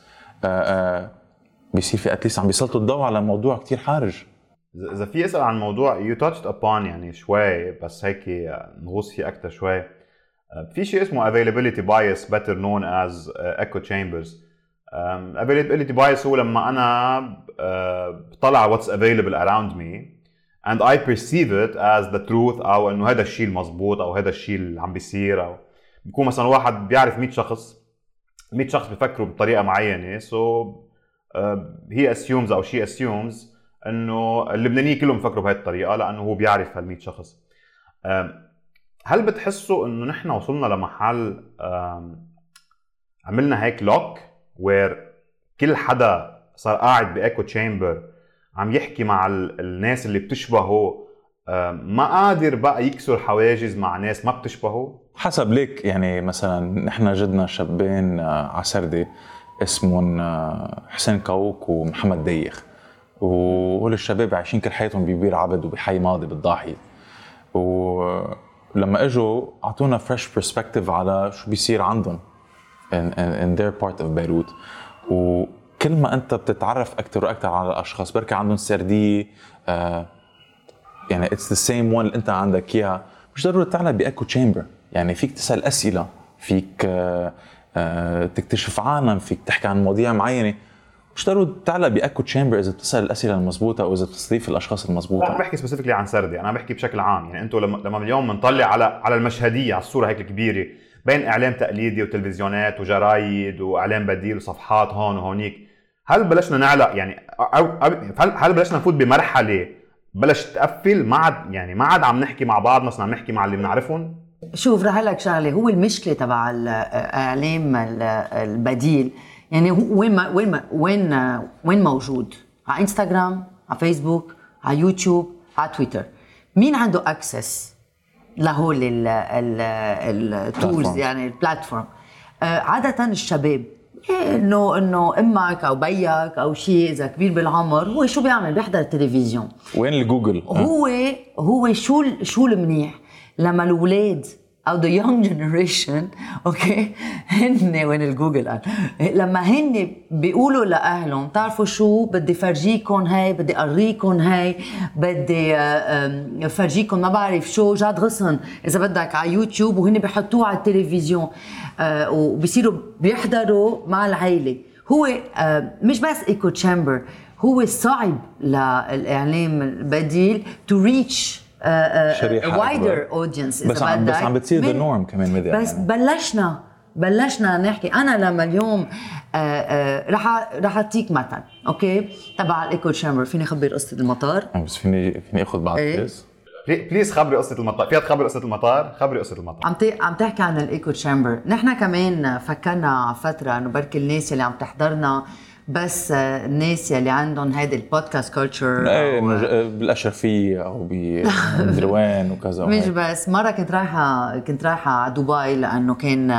بيصير في اتليست عم بيسلطوا الضوء على موضوع كتير حارج. اذا في اسال عن موضوع you touched upon يعني شوي بس هيك نغوص فيه اكثر شوي. في شيء اسمه availability bias better known as echo chambers. availability bias هو لما انا بطلع what's available around me and I perceive it as the truth او انه هذا الشيء المضبوط او هذا الشيء اللي عم بيصير. او بيكون مثلا واحد بيعرف 100 شخص بيفكروا بطريقه معينه so he assumes او she assumes انه اللبنانيين كلهم بفكروا بهذه الطريقه لانه هو بيعرف هال100 شخص. هل بتحسوا انه نحن وصلنا لمحل عملنا هيك لوك وير كل حدا صار قاعد بايكو تشامبر عم يحكي مع الناس اللي بتشبهه، ما قادر بقى يكسر حواجز مع ناس ما بتشبهه؟ حسب ليك يعني مثلا نحن جدنا شابين عسردي اسمهم حسين كاوك ومحمد ديخ، وهول الشباب عايشين كل حياتهم ببير عبد وبحي ماضي بالضاحية، ولما اجوا اعطونا فريش برسبكتيف على شو بيصير عندهم in their part of بيروت. وكل ما انت بتتعرف اكثر واكثر على الاشخاص بركي عندهم سرديه يعني it's the same one اللي انت عندك اياها، مش ضروري تعلق بايكو تشامبر. يعني فيك تسال اسئله، فيك تكتشف عالم، فيك تحكي عن مواضيع معينه، مش ضروري تعلق بايكو تشامبر اذا بتسال الاسئله المضبوطه او اذا بتستضيف الاشخاص المضبوطه. انا بحكي سبيسيفيكلي عن سردي، انا بحكي بشكل عام. يعني انتم لما اليوم بنطلع على المشهديه، على الصوره هيك الكبيره بين اعلام تقليدي وتلفزيونات وجرايد واعلام بديل وصفحات هون وهونيك، هل بلشنا نعلق يعني هل بلشنا نفوت بمرحله بلش تقفل ما عاد عم نحكي مع بعض مثلا، عم نحكي مع اللي بنعرفهم؟ شوف رح لك شغله، هو المشكله تبع الاعلام البديل يعني وين موجود؟ على انستغرام، على فيسبوك، على يوتيوب، على تويتر. مين عنده اكسس لهول التولز يعني البلاتفورم؟ عاده الشباب، انه امك او بيك او شيء اذا كبير بالعمر هو شو بيعمل؟ بيحضر التلفزيون. وين الجوجل؟ هو شو المنيح لما الاولاد او the young generation اوكي هن وين الجوجل قال لما هن بيقولوا لاهلهم تعرفوا شو بدي فرجيكم هاي، بدي اوريكم هاي، بدي فرجيكم ما بعرف شو جاد غصن اذا بدك على يوتيوب، وهن بيحطوه على التلفزيون وبيصيروا بيحضروا مع العائله. هو مش بس ايكو تشامبر، هو صعب للاعلام البديل to reach wider audience. بس عم بتصير the norm كمان مدى. بس يعني بلشنا نحكي. انا لما اليوم رح اعطيك مثل اوكي تبع الايكو تشامبر. فيني اخبر قصه المطار؟ بس فيني اخذ بعض بليز خبري قصه المطار. فيها تخبري قصه المطار؟ خبري قصه المطار. عم تحكي عن الايكو تشامبر. نحن كمان فكرنا على فتره انه بركي الناس اللي عم تحضرنا بس الناس اللي عندهم هيدا البودكاست كلتشر بالاشرفيه او بدروان وكذا. مش بس مره كنت رايحه على دبي لانه كان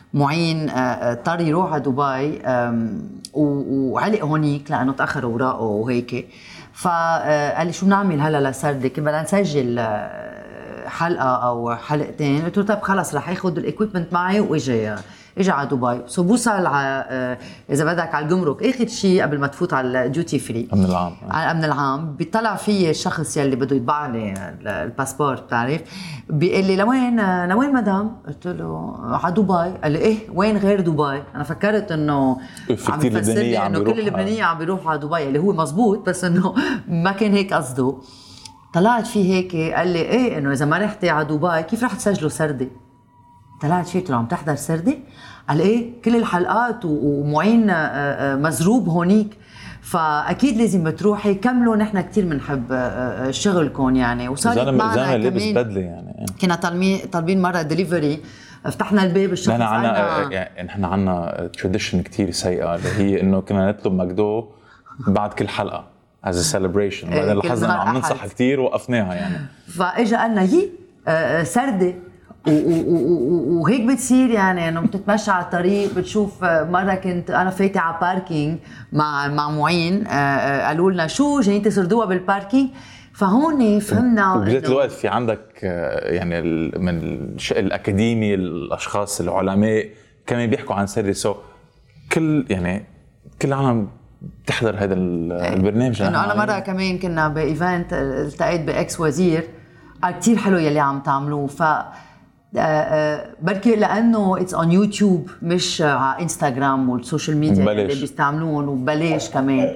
معين اضطر يروح على دبي وعلق هونيك لانه تاخر اوراقه وهيك. فقال لي شو بنعمل هلا لسردي؟ كنا بدنا نسجل حلقه او حلقتين. قلت له طيب خلص رح اخذ الايكويبمنت معي واجي على دبي. سو بوصل اذا بدك على الجمرك اخر شيء قبل ما تفوت على الديوتي فري امن العام. على الامن العام. بيطلع في الشخص يلي بده يطبع لي الباسبور بتعرف، بيقول لي لوين مدام؟ قلت له على دبي. قال لي ايه وين غير دبي؟ انا فكرت انه عم يفسر لي انه كل اللبنانيين عم بيروحوا على دبي، اللي هو مزبوط بس انه ما كان هيك قصده. طلعت فيه هيك قال لي ايه انه اذا ما رحتي على دبي كيف رح تسجلوا سردي؟ طلعت فيه قلت له عم تحضر سردي؟ قال ايه كل الحلقات ومعين مزروب هونيك، فاكيد لازم تروحي كملوا، نحن كتير بنحب شغلكم يعني. وصارت معنا لابس بدله يعني كنا طالبين مره دليفري، فتحنا الباب الشخص نحن عنا يعني نحن عنا تراديشن كتير سيئه اللي هي انه كنا نطلب ماكدو بعد كل حلقه as a celebration. بعدين لاحظنا انه عم ننصح كتير وقفناها يعني. فاجا قالنا هي سردة وهيك بتصير يعني انه بتتمشى على الطريق بتشوف. مره كنت انا فايته على باركينج مع معين، قالوا لنا شو جايين تسردوها بالباركينج. فهون فهمنا وبذات الوقت في عندك يعني من الاكاديمي الاشخاص العلماء كمان بيحكوا عن سردة. سو كل العالم بتحضر هذا البرنامج. انه انا مره كمان كنا بايفنت التقيت باكس وزير كتير حلو يلي عم تعملوه. ف بركي لانه اتس اون يوتيوب مش على انستغرام والسوشيال ميديا اللي بيستعملون وببلاش كمان.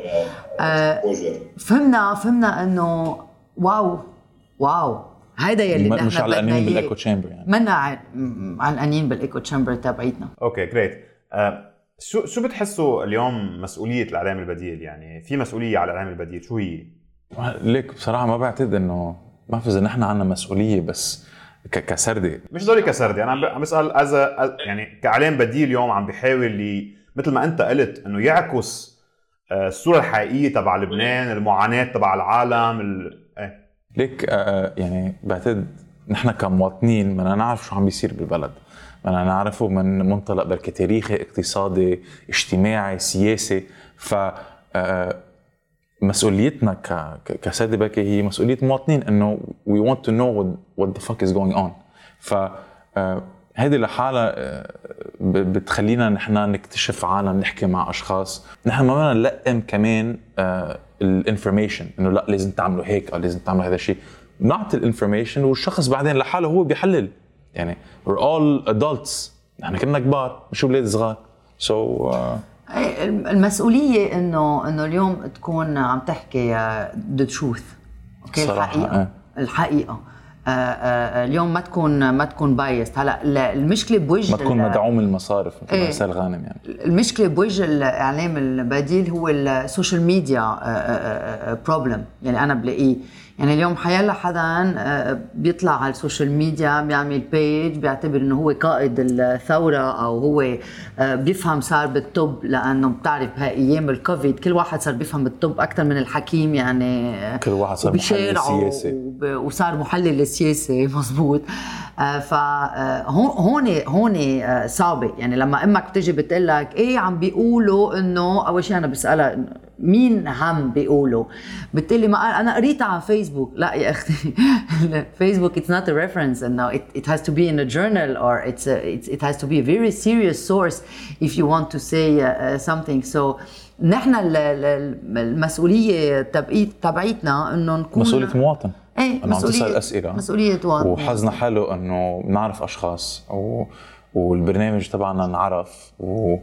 فهمنا انه واو هيدا يلي نحن مش علقانين بالايكو تشامبر يعني، منا علقانين بالايكو تشامبر تبعيتنا. اوكي جريت. شو بتحسوا اليوم مسؤوليه الاعلام البديل؟ يعني في مسؤوليه على الاعلام البديل، شو هي؟ ليك بصراحه ما بعتقد انه ما بعرف اذا نحن عنا مسؤوليه، بس كسردي مش ضروري كسردي. انا عم بسال يعني كاعلام بديل اليوم عم بيحاول مثل ما انت قلت انه يعكس الصوره الحقيقيه تبع لبنان، المعاناه تبع العالم ليك يعني بعتقد نحن كمواطنين بدنا نعرف شو عم بيصير بالبلد، بدنا نعرفه من منطلق بركي تاريخي، اقتصادي، اجتماعي، سياسي. ف مسؤوليتنا كسادة بركي هي مسؤولية مواطنين انه we want to know what the fuck is going on. ف هذه لحالة بتخلينا نحن نكتشف عالم، نحكي مع اشخاص. نحن ما بدنا نلقم كمان الانفورميشن انه لا لازم تعملوا هيك او لازم تعملوا هذا الشيء. نعطي الانفورميشن والشخص بعدين لحاله هو بيحلل. يعني we're all adults، نحن كنا كبار مش اولاد صغار. المسؤولية انه اليوم تكون عم تحكي the truth. اوكي الحقيقة اليوم ما تكون بايست. هلا المشكلة بوجه ما تكون مدعوم المصارف مثل ما سال غانم. يعني المشكلة بوجه الاعلام البديل هو السوشيال ميديا بروبلم. يعني انا بلاقيه يعني اليوم حيلا حدا بيطلع على السوشيال ميديا بيعمل بيج بيعتبر انه هو قائد الثورة او هو بيفهم صار بالطب، لانه بتعرف بهايام الكوفيد كل واحد صار بيفهم بالطب اكثر من الحكيم. يعني كل واحد صار محلل سياسي وصار محلل سياسي مزبوط. فهون صعبة. يعني لما امك بتجي بتقلك ايه عم بيقولوا انه اول شيء انا بسألها مين عم بيقولوا، بتقلي ما انا قريتها على فيسبوك. لا يا اختي فيسبوك it's not a reference انه it has to be in a journal or it has to be a very serious source if you want to say something. So نحن المسؤولية تبعيتنا انه نكون مسؤولية مواطن. ايه انه عم تسأل اسئلة، مسؤولية مواطن. وحظنا حلو انه نعرف اشخاص والبرنامج تبعنا نعرف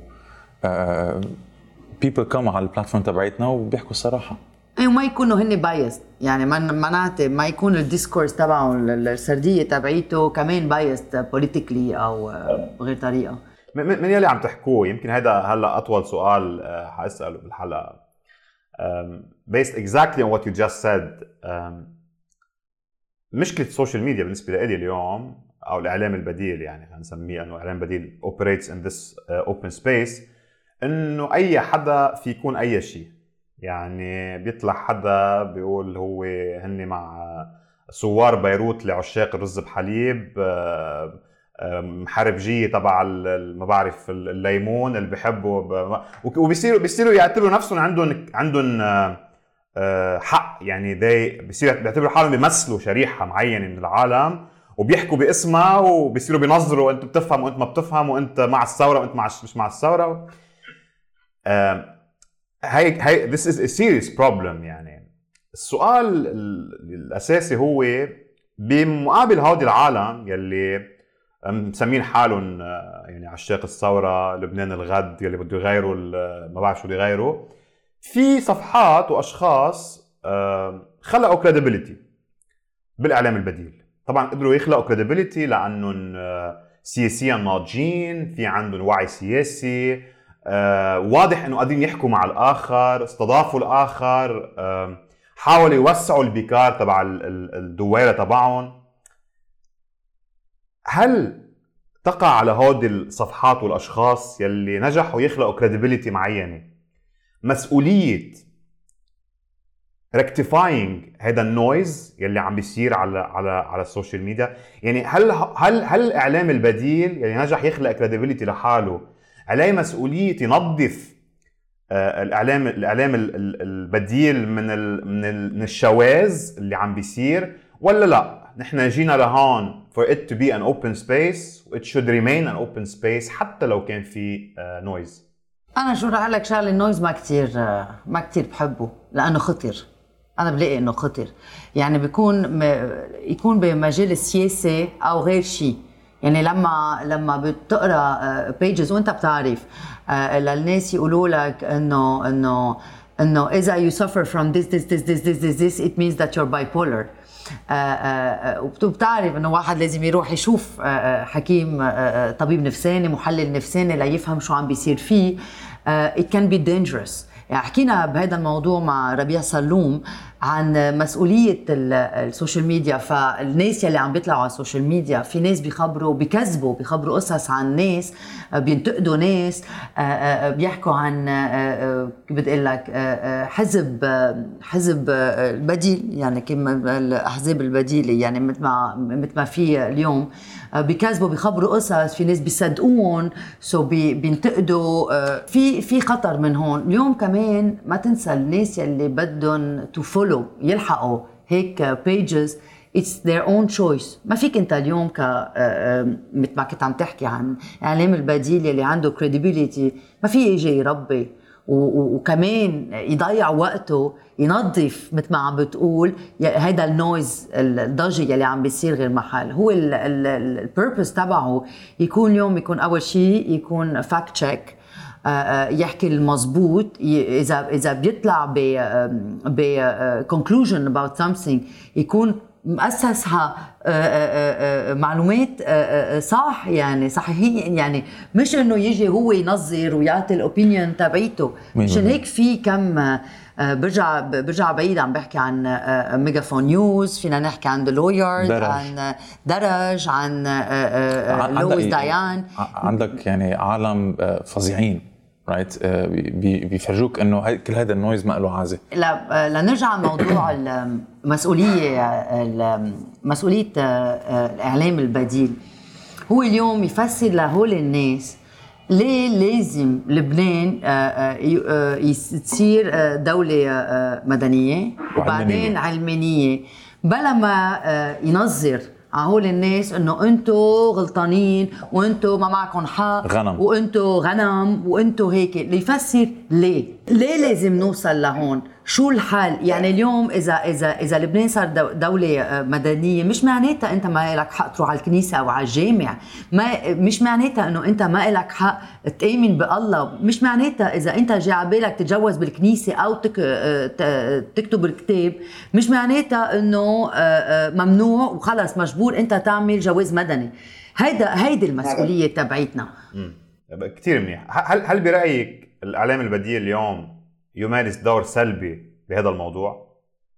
people come على البلاتفورم تبعتنا وبيحكوا الصراحه. ايوه ما يكونوا هن بايست. يعني معناته ما يكون الديسكورس تبعه السرديه تبعيته كمان بايست بوليتيكلي او بغير طريقه. من يلي عم تحكوه يمكن هلا اطول سؤال حاساله بالحلقه. based exactly on what you just said. مشكله السوشيال ميديا بالنسبه لي اليوم او الاعلام البديل، يعني خلينا نسميه انه اعلام بديل operates in this open space، انه اي حدا في يكون اي شيء. يعني بيطلع حدا بيقول هو هني مع ثوار بيروت لعشاق الرز بحليب، محاربجيه تبع ما بعرف الليمون اللي بحبوا وبيصيروا يعتبروا نفسهم عندهم حق، يعني بيعتبروا حالهم بيمثلوا شريحه معينه من العالم وبيحكوا باسمها وبيصيروا بينظروا انت بتفهم وانت ما بتفهم وانت مع الثوره وانت مش مع الثوره. هي this is a serious problem. يعني السؤال الاساسي هو بمقابل هودي العالم يلي مسمين حالهم يعني عشاق الثوره، لبنان الغد، يلي بده يغيروا ما بعرف شو يغيروا، في صفحات واشخاص خلقوا credibility بالاعلام البديل. طبعا قدروا يخلقوا credibility لانهم سياسيا ناضجين، في عندهم وعي سياسي، واضح انه قادرين يحكوا مع الاخر، استضافوا الاخر، حاولوا يوسعوا البيكار تبع الدويره تبعهم. هل تقع على هودي الصفحات والاشخاص يلي نجحوا يخلقوا credibility معينه مسؤوليه rectifying هذا النويز يلي عم بيصير على السوشيال ميديا؟ يعني هل الاعلام البديل يلي نجح يخلق credibility لحاله عليه مسؤوليه ينظف الاعلام البديل من الشواذ اللي عم بيصير، ولا لا نحن جينا لهون for it to be an open space it should remain an open space حتى لو كان في نويز؟ انا شو رح اقول لك شغله، النويز ما كتير بحبه لانه خطر. انا بلاقي انه خطر، يعني يكون بمجال السياسي او غير شيء. يعني لما بتقرا بيجز وانت بتعرف للناس يقولوا لك انه اذا you suffer from this it means that you're bipolar. وبتعرف انه واحد لازم يروح يشوف حكيم طبيب نفساني، محلل نفساني ليفهم شو عم بيصير فيه. it can be dangerous. يعني حكينا بهذا الموضوع مع ربيع سلوم عن مسؤولية السوشيال ميديا. فالناس يلي عم بيطلعوا على السوشيال ميديا، في ناس بيخبروا قصص عن ناس، بينتقدوا ناس، بيحكوا عن كيف بدي اقول لك حزب البديل، يعني كما الاحزاب البديله، يعني مثل ما في اليوم بيخبروا قصص، في ناس بيصدقون بينتقدوا. في خطر من هون. اليوم كمان ما تنسى الناس يلي بدهم تو فولو يلحقوا هيك بيجز، it's their own choice. ما فيك انت اليوم مثل ما كنت عم تحكي عن اعلام البديل اللي عنده credibility، ما في يجي يربي وكمان يضيع وقته ينظف مثل ما عم بتقول هيدا النويز الضجي اللي عم بيصير غير محل. هو البيربس تبعه يكون اليوم يكون اول شيء يكون فاكت تشيك، يحكي المضبوط. اذا بيطلع ب conclusion about something يكون مؤسسها معلومات صح، يعني صحيحين، يعني مش انه يجي هو ينظر ويعطي الاوبينيون تبعيته. مشان هيك في كم برجع بعيد، عم بحكي عن ميجافون نيوز، فينا نحكي عن دلويارد، عن درج، عن لويس دايان. عندك يعني عالم فظيعين رايت بيفرجوك انه كل هذا النويز ما له عازه. لنرجع لموضوع مسؤوليه الاعلام البديل. هو اليوم يفسر لهول الناس ليه لازم لبنان تصير دولة مدنية وبعدين علمانية، بلا ما ينظر هول الناس انه انتو غلطانين وانتو ما معكم حق وانتو غنم وانتو هيك. ليفسر ليه لازم نوصل لهون، شو الحل. يعني اليوم اذا لبنان صار دولة مدنية، مش معناتها انت ما لك حق تروح على الكنيسة او على الجامع، مش معناتها انه انت ما لك حق تآمن بالله، مش معناتها اذا انت جاي على بالك تتجوز بالكنيسة او تكتب الكتاب، مش معناتها انه ممنوع وخلص مجبور انت تعمل جواز مدني. هيدي المسؤولية تبعيتنا. كتير منيح. هل برأيك الإعلام البديل اليوم يمارس دور سلبي بهذا الموضوع؟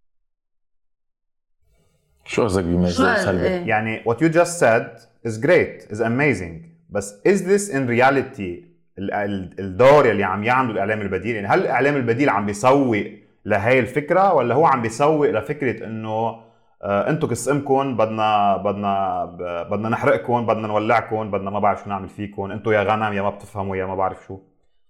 شو قصدك بيمارس دور سلبي؟ يعني what you just said is great, is amazing, بس is this in reality الدور اللي عم يعمله الإعلام البديل؟ يعني هل الإعلام البديل عم بيسوق لهي الفكرة، ولا هو عم بيسوق لفكرة إنه انتو قسمكم بدنا نحرقكم، بدنا نولعكم، بدنا ما بعرف شو نعمل فيكم، انتو يا غنم يا ما بتفهموا يا ما بعرف شو.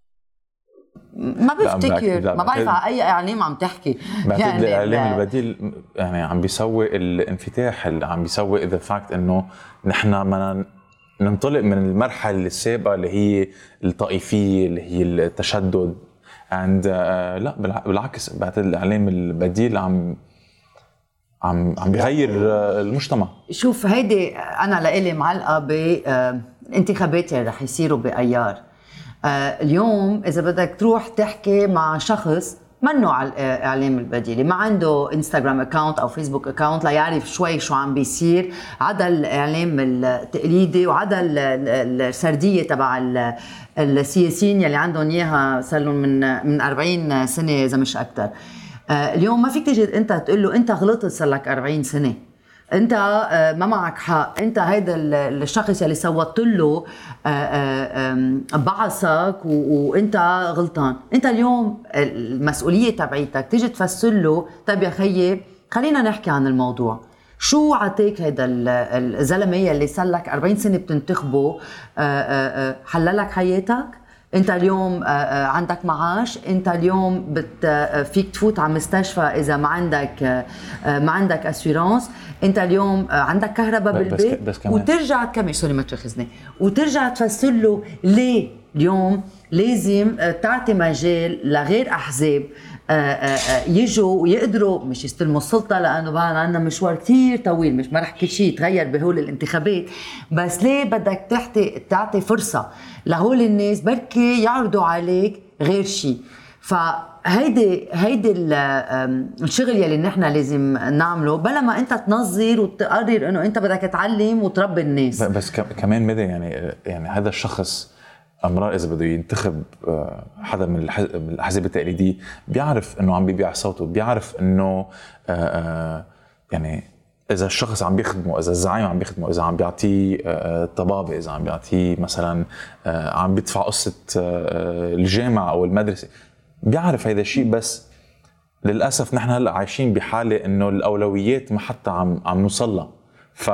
ما بفتكر، ما بعرف على اي اعلام عم تحكي. يعني الاعلام البديل يعني عم بيسوي الانفتاح، اللي عم بيسوي ذا فاكت انه نحن بدنا ننطلق من المرحله السابقه اللي هي الطائفيه، اللي هي التشدد. لا بالعكس، بعتقد الاعلام البديل عم بيغير المجتمع. شوف هيدي انا لإلي معلقه بالانتخابات اللي رح يصيروا بايار. اليوم اذا بدك تروح تحكي مع شخص منه على الاعلام البديل، ما عنده انستغرام اكاونت او فيسبوك اكاونت ليعرف شوي شو عم بيصير، عدا الاعلام التقليدي وعدا السرديه تبع السياسيين يلي عندهم اياها صار لهم من 40 سنه اذا مش اكثر. اليوم ما فيك تيجي انت تقول له انت غلطت صار لك 40 سنه، انت ما معك حق، انت هيدا الشخص اللي صوتت له بعصك وانت غلطان. انت اليوم المسؤوليه تبعيتك تيجي تفسر له طيب يا خيي خلينا نحكي عن الموضوع، شو عطيك هيدا الزلمه اللي صار لك 40 سنه بتنتخبه حللك حياتك؟ انت اليوم عندك معاش، انت اليوم فيك تفوت على مستشفى اذا ما عندك اسيورانس، انت اليوم عندك كهرباء بالبيت، بس كمان. وترجع تكمل سوري ما تاخذني، وترجع تفسر له ليه اليوم لازم تعطي مجال لغير احزاب يجوا ويقدروا مش يستلموا السلطه، لانه بقى عندنا مشوار كثير طويل، مش ما رح كل شيء يتغير بهول الانتخابات، بس ليه بدك تعطي فرصه لهول الناس بركي يعرضوا عليك غير شيء. فهيدي الشغل يلي نحن لازم نعمله، بلا ما انت تنظر وتقرر انه انت بدك تعلم وتربي الناس. بس كمان مدى يعني هذا الشخص امرار اذا بده ينتخب حدا من الاحزاب التقليديه بيعرف انه عم بيبيع صوته، بيعرف انه يعني اذا الشخص عم بيخدمه، اذا الزعيم عم بيخدمه، اذا عم بيعطيه طبابه، اذا عم بيعطيه مثلا عم بيدفع قصه الجامعه او المدرسه، بيعرف هيدا الشيء. بس للاسف نحن هلا عايشين بحاله انه الاولويات ما حتى عم نوصلها، ف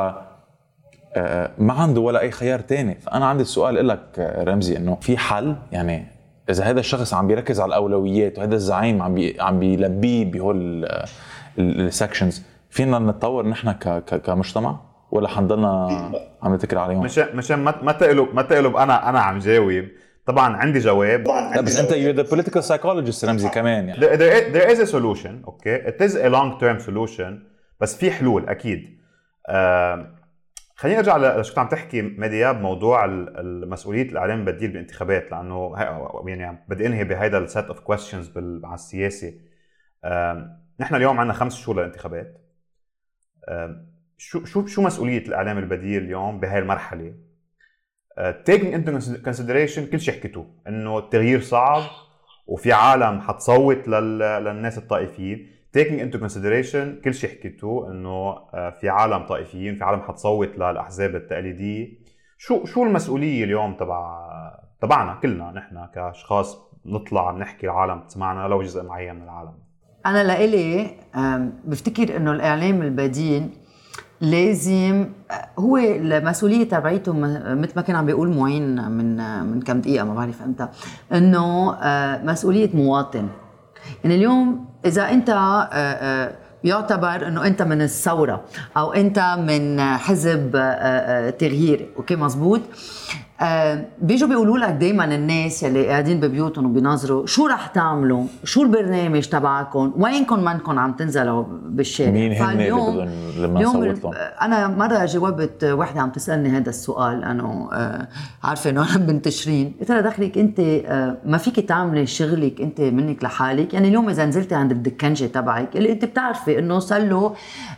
ما عنده ولا اي خيار تاني. فانا عندي السؤال لك رمزي، انه في حل؟ يعني اذا هذا الشخص عم بيركز على الاولويات وهذا الزعيم عم بيلبيه بهول السكشنز، فينا نتطور نحن كمجتمع ولا حنضلنا عم نتكل عليهم؟ مشان ما تقلب انا عم جاوب. طبعا عندي جواب. لا بس انت you're the political psychologist رمزي كمان يعني. there is a solution, okay, it is a long term solution، بس في حلول اكيد. خلينا نرجع لشو عم تحكي ميديا بموضوع المسؤوليه الاعلام البديل بالانتخابات، لانه يعني بدي انهي بهيدا السيت اوف كويستشنز مع السياسي. نحن اليوم عندنا 5 شهور للانتخابات. شو مسؤوليه الاعلام البديل اليوم بهاي المرحله؟ taking into consideration كل شيء حكيتوه، انه التغيير صعب وفي عالم حتصوت للناس الطائفيين. taking into consideration كل شيء حكيتوه، انه في عالم طائفيين، في عالم حتصوت للاحزاب التقليديه. شو المسؤوليه اليوم تبعنا كلنا نحن كاشخاص نطلع نحكي العالم تسمعنا لو جزء معين من العالم؟ انا لإلي بفتكر انه الاعلام البديل لازم هو المسؤوليه تبعيته مثل ما كان عم بيقول معين من كم دقيقه ما بعرف امتى، انه مسؤوليه مواطن. يعني اليوم اذا انت يعتبر انه انت من الثوره او انت من حزب تغيير، اوكي مزبوط، بيجوا بيقولوا لك دايما الناس يلي قاعدين ببيوتهم وبيناظروا شو رح تعملوا، شو البرنامج تبعكم، وينكم منكم عم تنزلوا بالشارع. مين هن اللي بدهم لما نصوت لهم؟ انا مره جاوبت وحده عم تسالني هذا السؤال، انه عارفه انه انا بنت تشرين، قلت لها دخلك انت ما فيك تعملي شغلك انت منك لحالك؟ يعني اليوم اذا نزلتي عند الدكنجه تبعك اللي انت بتعرفي انه صار له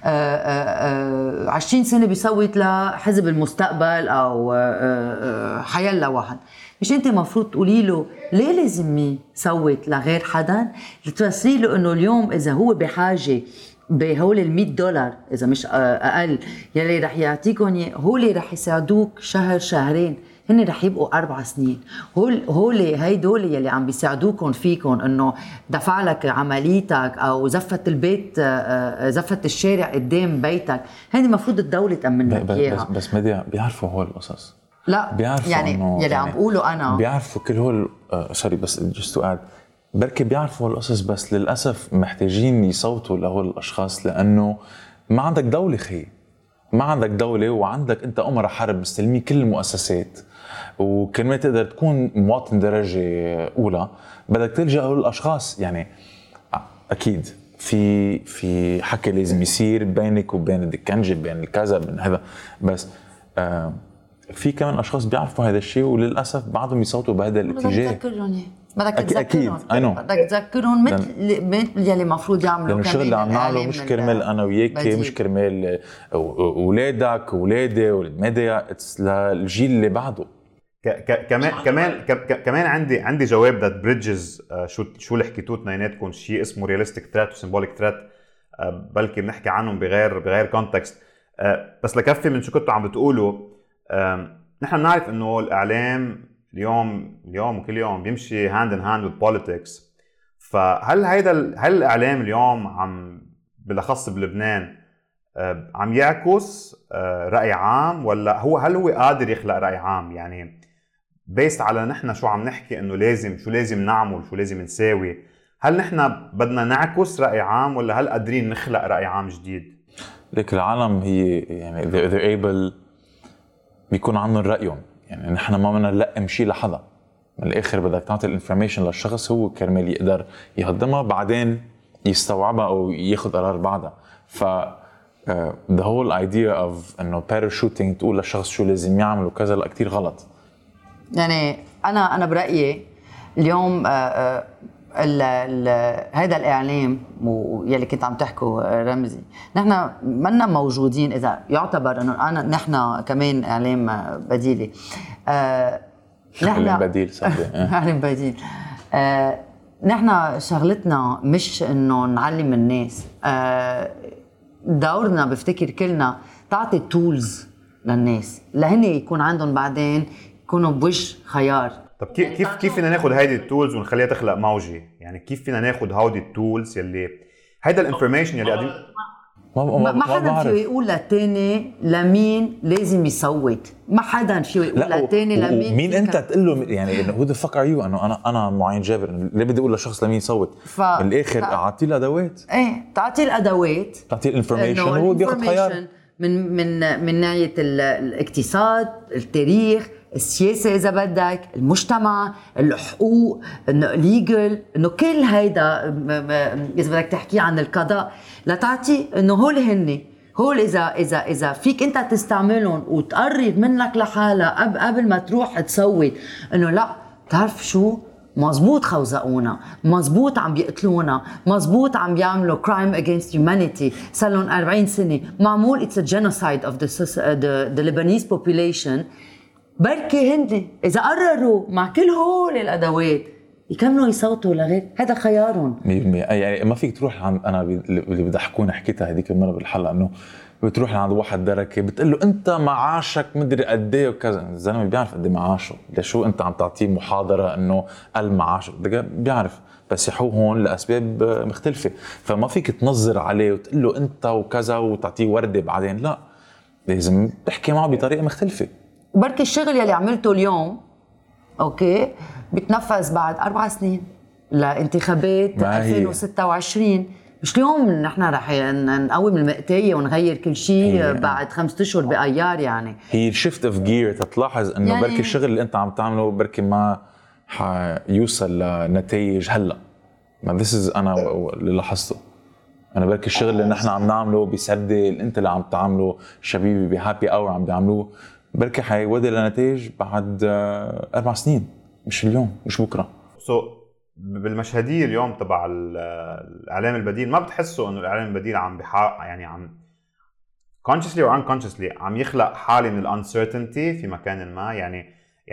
20 سنه بيصوت لحزب المستقبل او حيلا واحد، مش انت مفروض تقولي له ليه لازم يصوت لغير حدا؟ لتفسري له انه اليوم اذا هو بحاجه بهول $100 اذا مش اقل يلي رح يعطيكم هول رح يساعدوك شهر شهرين. هن رح يبقوا 4 سنين. هيدول يلي عم بيساعدوكم فيكم انه دفع لك عمليتك او زفت البيت، زفت الشارع قدام بيتك، هيدي المفروض الدولة تأمن لك اياها. بس ميديا بيعرفوا هول القصص. لا بيعرفوا يعني يلي عم بقوله انا بيعرفوا كل هول سوري بس جست قاعد بركي بيعرفوا هول القصص، بس للاسف محتاجين يصوتوا لهول الاشخاص لانه ما عندك دولة خي، ما عندك دولة وعندك انت أمراء حرب مستلمين كل المؤسسات، وكلمة تقدر تكون مواطن درجة أولى بدك تلجأ للأشخاص. يعني أكيد في حكي لازم يصير بينك وبين الدكنجة بين الكذا بين هذا، بس في كمان أشخاص بيعرفوا هذا الشيء وللأسف بعضهم يصوتوا بهذا الاتجاه. بدك تذكرهم بدك تذكرهم مثل يلي المفروض يعملوا. لأنه الشغل اللي عم نعمله مش كرمال أنا وياكي، مش كرمال أولادك وولادي ولاد ميديا، للجيل اللي بعده. كمان عندي جواب ذات بريدجز شو اللي حكيتوه اثنيناتكم، شيء اسمه رياليستيك ثريت وسيمبوليك ثريت، بلكي بنحكي عنهم بغير كونتكست. بس لكفي من شو كنتوا عم بتقولوا، نحن بنعرف انه الاعلام اليوم وكل يوم بيمشي هاند ان هاند with politics. فهل هل الاعلام اليوم عم بالاخص بلبنان عم يعكس راي عام، ولا هل هو قادر يخلق راي عام؟ يعني بيست على نحن شو عم نحكي انه شو لازم نعمل، شو لازم نساوي، هل نحن بدنا نعكس راي عام ولا هل قادرين نخلق راي عام جديد؟ لك العالم هي يعني they're able بيكون عندهم رايهم، يعني نحن ما بدنا نلقم شيء لحدا. من الاخر بدك تعطي الانفورميشن للشخص هو كرمال يقدر يهضمها بعدين يستوعبها او ياخذ قرار بعدها. ف the whole idea of انه parachuting تقول للشخص شو لازم يعمل وكذا لا، كتير غلط. يعني انا برايي اليوم هذا الاعلام يلي كنت عم تحكوا رمزي، نحن منا موجودين اذا يعتبر انه نحن كمان اعلام بديلي. اعلام بديل صحيح. اعلام بديل. نحن شغلتنا مش انه نعلم الناس، دورنا بفتكر كلنا تعطي تولز للناس لهن يكون عندهم بعدين يكونوا بوجه خيار. طب كيف فينا ناخذ هيدي التولز ونخليها تخلق موجة؟ يعني كيف فينا ناخذ هودي التولز يلي هيدا الانفورميشن يلي قاعدين ما حدا فيه يقول للتاني لمين لازم يصوت، ما حدا فيه يقول للتاني لمين مين انت تقول له يعني انه who the fuck are you، انه انا معين جابر ليه بدي اقول لشخص لمين يصوت؟ بالاخر اعطيه الادوات، تعطيه الادوات، تعطيه الانفورميشن وهو بياخذ خيار من ناحيه الاقتصاد، التاريخ، السياسة إذا بدك، المجتمع، الحقوق، إنه ليجل، إنه كل هيدا إذا بدك تحكي عن القضاء، لتعطي إنه هول إذا فيك أنت تستعملهم وتقرب منك لحالة قبل ما تروح تصوت، إنه لا تعرف شو مزبوط خوزقونا، مزبوط عم بيقتلونا، مزبوط عم بيعملوا crime against humanity صار لهم 40 سنة معمول. it's a genocide of the Lebanese population. بركي هندي إذا قرروا مع كل هول الأدوات يكملوا يصوتوا لغير، هذا خيارهم 100%. يعني ما فيك تروح عند أنا اللي بضحكونا حكيتها هذيك المرة بالحلقة، إنه بتروح عند واحد دركة بتقول له أنت معاشك مدري قد إيه وكذا، الزلمة بيعرف قد إيه معاشه، لشو أنت عم تعطيه محاضرة إنه المعاش بيعرف، بس يحو هون لأسباب مختلفة. فما فيك تنظر عليه وتقول له أنت وكذا وتعطيه وردة بعدين، لا لازم تحكي معه بطريقة مختلفة. بركي الشغل يلي عملته اليوم اوكي بتنفذ بعد 4 سنين لانتخابات 2026، مش اليوم نحن رح نقوم المقتاية ونغير كل شيء بعد 5 أشهر بأيار. يعني هي الشيفت اوف جير تتلاحظ انه يعني بركي الشغل اللي انت عم تعمله بركي ما حيوصل لنتائج هلا. ما this is انا اللي لاحظته، انا بركي الشغل اللي نحن عم نعمله بيسردي اللي انت اللي عم تعمله شبيبي بهابي اور عم بيعملوه بركي حيودي لنتائج بعد 4 سنين، مش اليوم مش بكره. بالمشهديه اليوم تبع الاعلام البديل ما بتحسوا انه الاعلام البديل عم يعني عم consciously or unconsciously عم يخلق حاله من الانسرتينتي في مكان ما؟ يعني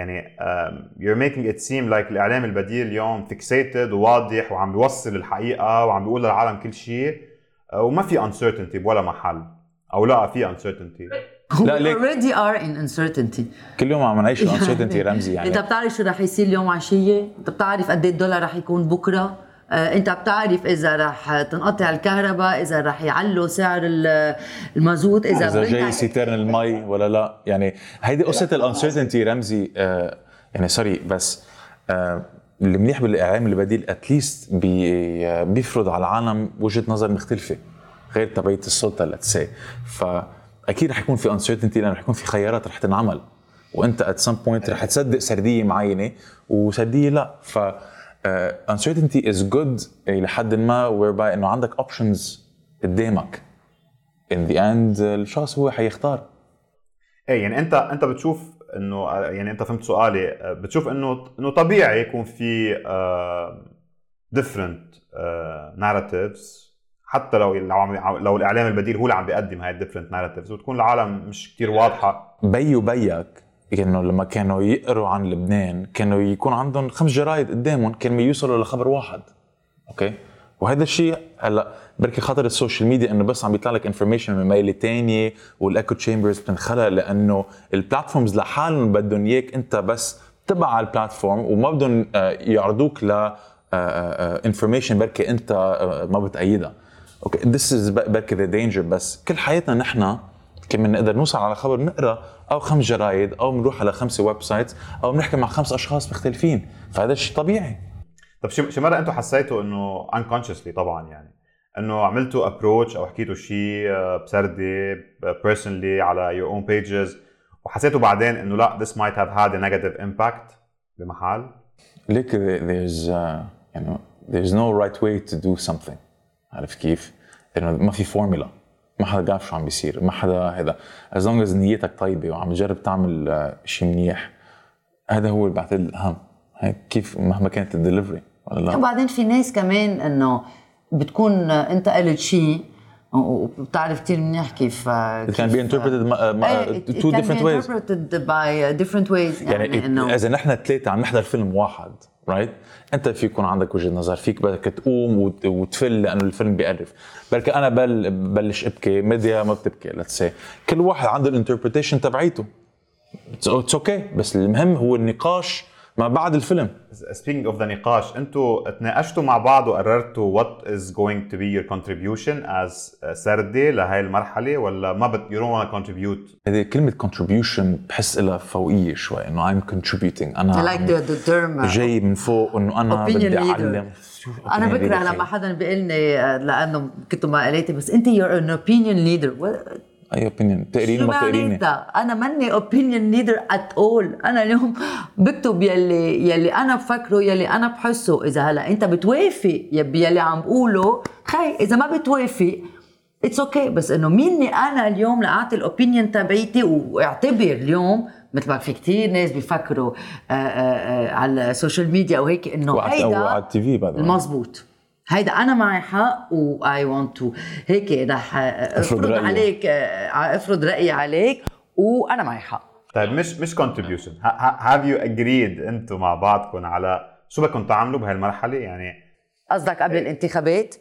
you're making it seem like الاعلام البديل اليوم fixated وواضح وعم بيوصل الحقيقه وعم بيقول للعالم كل شيء وما في uncertainty بولا محل، او لا في uncertainty. لا ليك already are in uncertainty. كل يوم عم نعيش uncertainty رمزي يعني. انت بتعرف شو رح يصير اليوم عشيه، انت بتعرف قد ايه الدولار رح يكون بكره، انت بتعرف اذا رح تنقطع الكهرباء، اذا رح يعلوا سعر المازوت، اذا جاي سيترن المي ولا لا. يعني هيدي قصه الانسرتينتي رمزي. يعني سوري بس اللي منيح بالاعلام البديل اتليست بيفرض على العالم وجهه نظر مختلفه غير تبعيه السلطه لتسي. فاكيد رح يكون في انسرتينتي لانه رح يكون في خيارات رح تنعمل، وانت ات سم بوينت رح تصدق سرديه معينه وسرديه لا. ف uncertainty is good لحد ما whereby انه عندك options قدامك. in the end الشخص هو حيختار. ايه يعني انت بتشوف انه يعني انت فهمت سؤالي، بتشوف انه طبيعي يكون في different narratives حتى لو الاعلام البديل هو اللي عم بيقدم هاي different narratives وتكون العالم مش كتير واضحه. بي وبيك انه لما كانوا يقروا عن لبنان كانوا يكون عندهم 5 جرايد قدامهم كانوا يوصلوا لخبر واحد. اوكي، وهذا الشيء هلا بركي خاطر السوشيال ميديا انه بس عم بيطلع لك انفورميشن من ميله تانية والايكو تشامبرز بتنخلق لانه البلاتفورمز لحالهم بدهم اياك انت بس تبع على البلاتفورم وما بدهم يعرضوك ل انفورميشن بركي انت ما بتأيدها. اوكي this is بركي the danger. بس كل حياتنا نحن كمان نقدر نوصل على خبر نقرا او 5 جرايد او نروح على 5 ويب سايتس او بنحكي مع 5 اشخاص مختلفين، فهذا الشيء طبيعي. طب شو مره انتم حسيتوا انه unconsciously طبعا يعني انه عملتوا ابروتش او حكيتوا شيء بسردي personally على your own pages وحسيتوا بعدين انه لا this might have had a negative impact بمحل؟ ليك there's no right way to do something. عارف كيف؟ انه ما في فورمولا، ما حدا بيعرف شو عم بيصير، ما حدا هذا as long as نيتك طيبه وعم تجرب تعمل شيء منيح، هذا هو اللي بعتقد الاهم. هيك كيف مهما كانت الدليفري ولا لا. وبعدين في ناس كمان انه بتكون انت قلت شيء وبتعرف كثير منيح كيف كان بي interpreted two different ways. interpreted by different ways. يعني انه اذا نحن 3 عم نحضر فيلم واحد رايت، انت فيك يكون عندك وجهه نظر، فيك بدك تقوم وتفل لانه الفيلم بيقرف، بلكي انا بلش ابكي، ميديا ما بتبكي. ليتس سي كل واحد عنده الانتربريتيشن تبعيته، اتس اوكي. بس المهم هو النقاش ما بعد الفيلم. Speaking of the نقاش، انتوا تناقشتوا مع بعض وقررتوا what is going to be your contribution as سردي لهي المرحله ولا ما you don't want to contribute؟ هذه كلمه contribution بحس لها فوقيه شوي، انه I'm contributing. انا I like the term جاي من فوق انه انا بدي اعلم. انا بكره لما حدا بيقلني لانه كنت مقالاتي بس انت you're an opinion leader. اي opinion تقريني ما تقريني؟ انا ماني opinion leader at all. انا اليوم بكتب يلي انا بفكره، يلي انا بحسه. اذا هلا انت بتوافق يلي عم بقوله خي، اذا ما بتوافق اتس اوكي. بس انه ميني انا اليوم لاعطي الاوبينيون تبعيتي واعتبر اليوم مثل ما في كتير ناس بيفكروا على السوشيال ميديا او هيك انه هيدا على التي في بعد المزبوط، هيدا انا معي حق و I want to هيك رح افرض عليك، افرض رأيي عليك وانا معي حق. طيب مش contribution. have you agreed انتوا مع بعضكم على شو بدكم تعملوا بهالمرحله؟ يعني قصدك قبل الانتخابات؟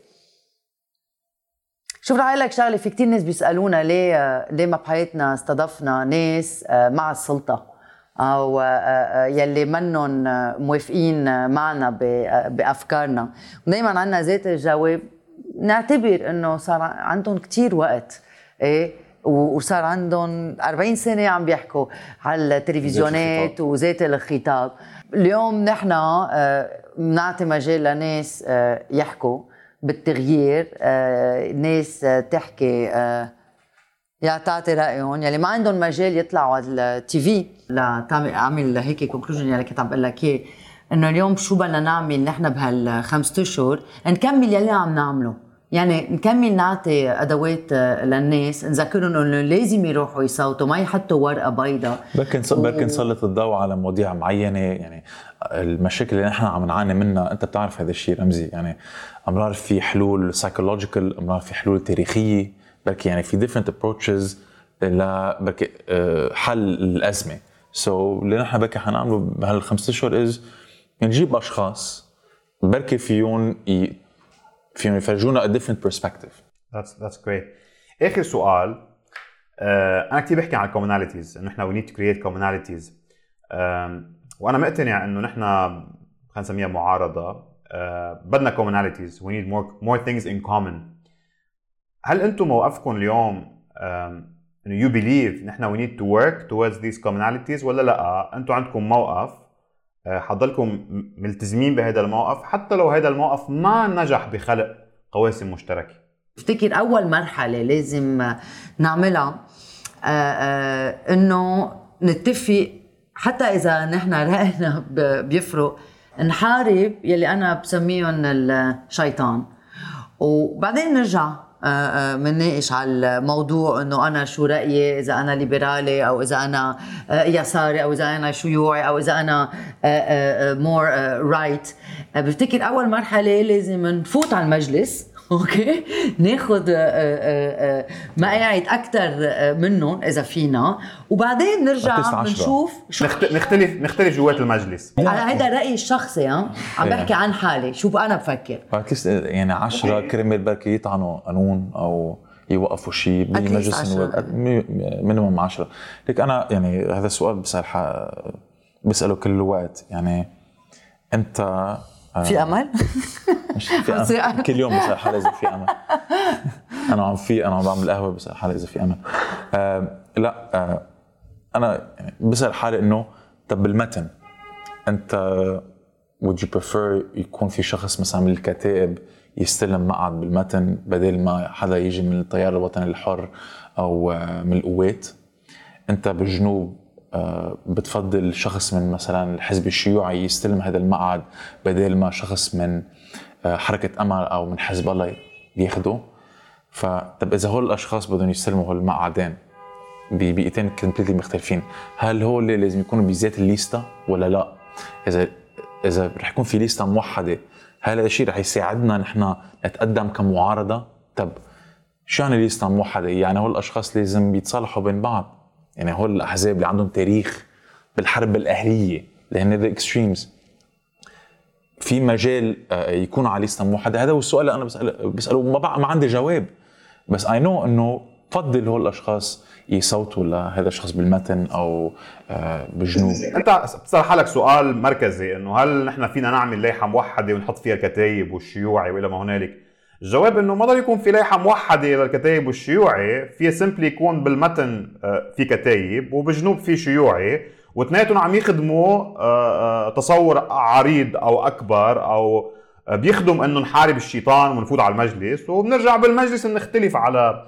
شوف رح اقول لك شغله، في كتير ناس بيسالونا ليه ما بحياتنا استضفنا ناس مع السلطه او يلي منن موافقين معنا بافكارنا. دائما عندنا ذات الجواب، نعتبر انه صار عندهم كتير وقت ايه وصار عندهم 40 سنه عم بيحكوا على التلفزيونات وذات الخطاب. اليوم نحن بنعطي مجال لناس يحكوا بالتغيير، ناس تحكي تعطي رأيهم، يلي ما عندهم مجال يطلعوا على التي في لتعمل هيك كونكلوجن يلي كنت عم بقول لك اياه، انه اليوم شو بدنا نعمل نحن بهال5 اشهر؟ نكمل يلي عم نعمله، يعني نكمل نعطي ادوات للناس، نذكرهم انه لازم يروحوا يصوتوا، ما يحطوا ورقه بيضاء. بركي نسلط الضوء على مواضيع معينه. يعني المشاكل اللي نحن عم نعاني منها انت بتعرف هذا الشيء رمزي، يعني عم نعرف في حلول سايكولوجيكال، عم نعرف في حلول تاريخيه، بركي يعني في different approaches لبركي حل الازمه. اللي نحن بركي حنعمله بهال5 اشهر is نجيب اشخاص بركي فيهم يفرجونا a different perspective. That's great. اخر سؤال، انا كثير بحكي عن الكوموناليتيز، انه احنا we need to create commonalities. وانا مقتنع انه نحن خلينا نسميها معارضه، بدنا commonalities, we need more things in common. هل انتم موقفكم اليوم انه you believe نحن we need to work towards these commonalities ولا لا انتم عندكم موقف حضلكم ملتزمين بهذا الموقف حتى لو هذا الموقف ما نجح بخلق قواسم مشتركه؟ بفتكر أول مرحلة لازم نعملها إنه نتفق، حتى إذا نحن رأينا بيفرق، نحارب يلي أنا بسميهم الشيطان، وبعدين نرجع منناقش على الموضوع إنه أنا شو رأيي، إذا أنا ليبرالي أو إذا أنا يساري أو إذا أنا شيوعي أو إذا أنا more right. بفتكر أول مرحلة لازم نفوت على المجلس، اوكي، ناخذ مقاعد اكثر منهم اذا فينا، وبعدين نرجع بنشوف شو نختلف جوات المجلس. هذا رايي الشخصي، عم بحكي عن حالي شو انا بفكر. يعني 10 كرمال بركي يطعنوا قانون او يوقفوا شيء بمجلس النواب، مينيمم 10. ليك انا يعني هذا السؤال بساله كل وقت، يعني انت في امل؟ مش في أمل. كل يوم بسأل حالي إذا في أمل. أنا عم بعمل قهوة بسأل حالي إذا في أمل. أنا يعني بسأل حالي إنه طب بالمتن أنت would you prefer يكون في شخص مثلا من الكتائب يستلم مقعد بالمتن بدل ما حدا يجي من التيار الوطني الحر أو من القوات؟ أنت بالجنوب بتفضل شخص من مثلا الحزب الشيوعي يستلم هذا المقعد بدل ما شخص من حركة أمل أو من حزب الله بياخده؟ فطب إذا هول الأشخاص بدهم يستلموا هول المقعدين ببيئتين كومبليتلي مختلفين، هل هول لازم يكونوا بذات الليستا ولا لا؟ إذا رح يكون في ليستا موحدة، هل هذا الشيء رح يساعدنا نحن نتقدم كمعارضة؟ طب شو يعني ليستا موحدة؟ يعني هول الأشخاص لازم بيتصالحوا بين بعض، يعني هول الأحزاب اللي عندهم تاريخ بالحرب الأهلية اللي هن the extremes، في مجال يكون على ليستا موحدة؟ هذا هو السؤال اللي أنا بسأله ما عندي جواب، بس I know إنه بفضل هول الأشخاص يصوتوا لهذا الشخص بالمتن أو بالجنوب. أنت بتسأل حالك سؤال مركزي إنه هل نحن فينا نعمل لائحة موحدة ونحط فيها الكتايب والشيوعي وإلى ما هنالك؟ الجواب إنه ما ضل يكون في لائحة موحدة للكتايب والشيوعي، فيها سيمبلي يكون بالمتن في كتايب وبالجنوب في شيوعي، واثنيناتهم عم يخدموا تصور عريض او اكبر، او بيخدم انه نحارب الشيطان ونفوت على المجلس وبنرجع بالمجلس نختلف على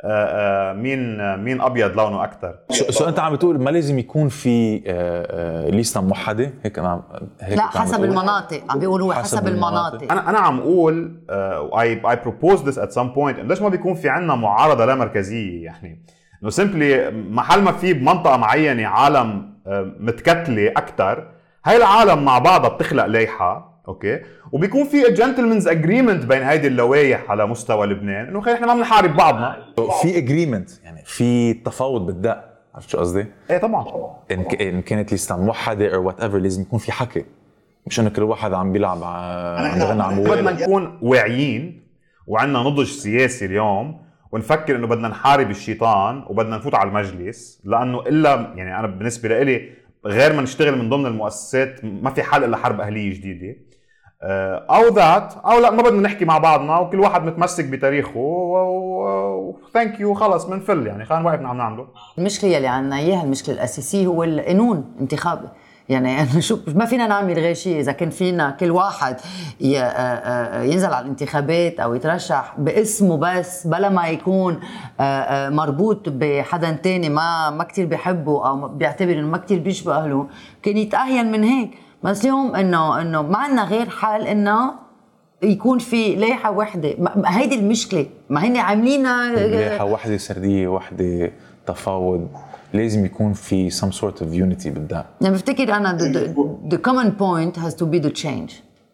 مين ابيض لونه اكثر. سو انت عم بتقول ما لازم يكون في ليستا موحده هيك؟ انا هيك لا، حسب المناطق عم بيقولوا حسب المناطق. انا عم اقول I propose this at some point، ليش ما بيكون في عندنا معارضه لا مركزيه؟ يعني انه سيمبلي محل ما في بمنطقه معينه عالم متكتله اكثر، هاي العالم مع بعضها بتخلق لائحه، اوكي، وبيكون في جنتلمنز اجريمنت بين هيدي اللوائح على مستوى لبنان انه خلينا احنا ما بنحارب بعضنا. في اجريمنت، يعني في تفاوض بالدق، عرفت شو قصدي؟ ايه طبعا. ان كانت ليستا موحده او وات ايفر لازم يكون في حكي، مش انه كل واحد عم بيلعب عم يغني عم بيقول. بدنا نكون واعيين وعندنا نضج سياسي اليوم ونفكر انه بدنا نحارب الشيطان وبدنا نفوت على المجلس، لانه الا يعني انا بالنسبه لي غير ما نشتغل من ضمن المؤسسات ما في حل الا حرب اهليه جديده، او ذات او لا ما بدنا نحكي مع بعضنا وكل واحد متمسك بتاريخه وثانك يو خلص بنفل، يعني خلينا نوقف عم نعمله. المشكله اللي عندنا اياها، المشكله الاساسيه هو القانون الانتخابي. يعني أنا شو ما فينا نعمل غير شيء إذا كان فينا كل واحد ينزل على الانتخابات أو يترشح باسمه بس بلا ما يكون مربوط بحدا تاني ما كتير بيحبه أو بيعتبر إنه ما كتير بيشبه له، كان يتأهين من هيك. بس اليوم إنه ما عندنا غير حل إنه يكون في لائحة واحدة. هيدي المشكلة، ما هن عاملينها لائحة واحدة، سردية واحدة، تفاوض، لازم يكون في some sort of unity بالدعم. يعني بفتكر أنا the common point has to be the change.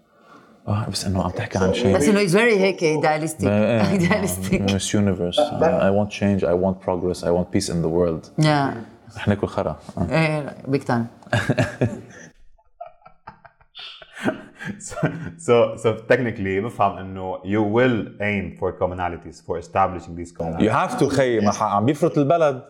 بس إنه عم تحكي عن change. بس إنه it's very هيك idealistic. Miss Universe. I want change. I want progress. I want peace in the world. رح ناكل خرا. إيه big time. so technically بفهم انه you will aim for commonalities for establishing these commonalities. You have to خي ما عم بيفرط البلد،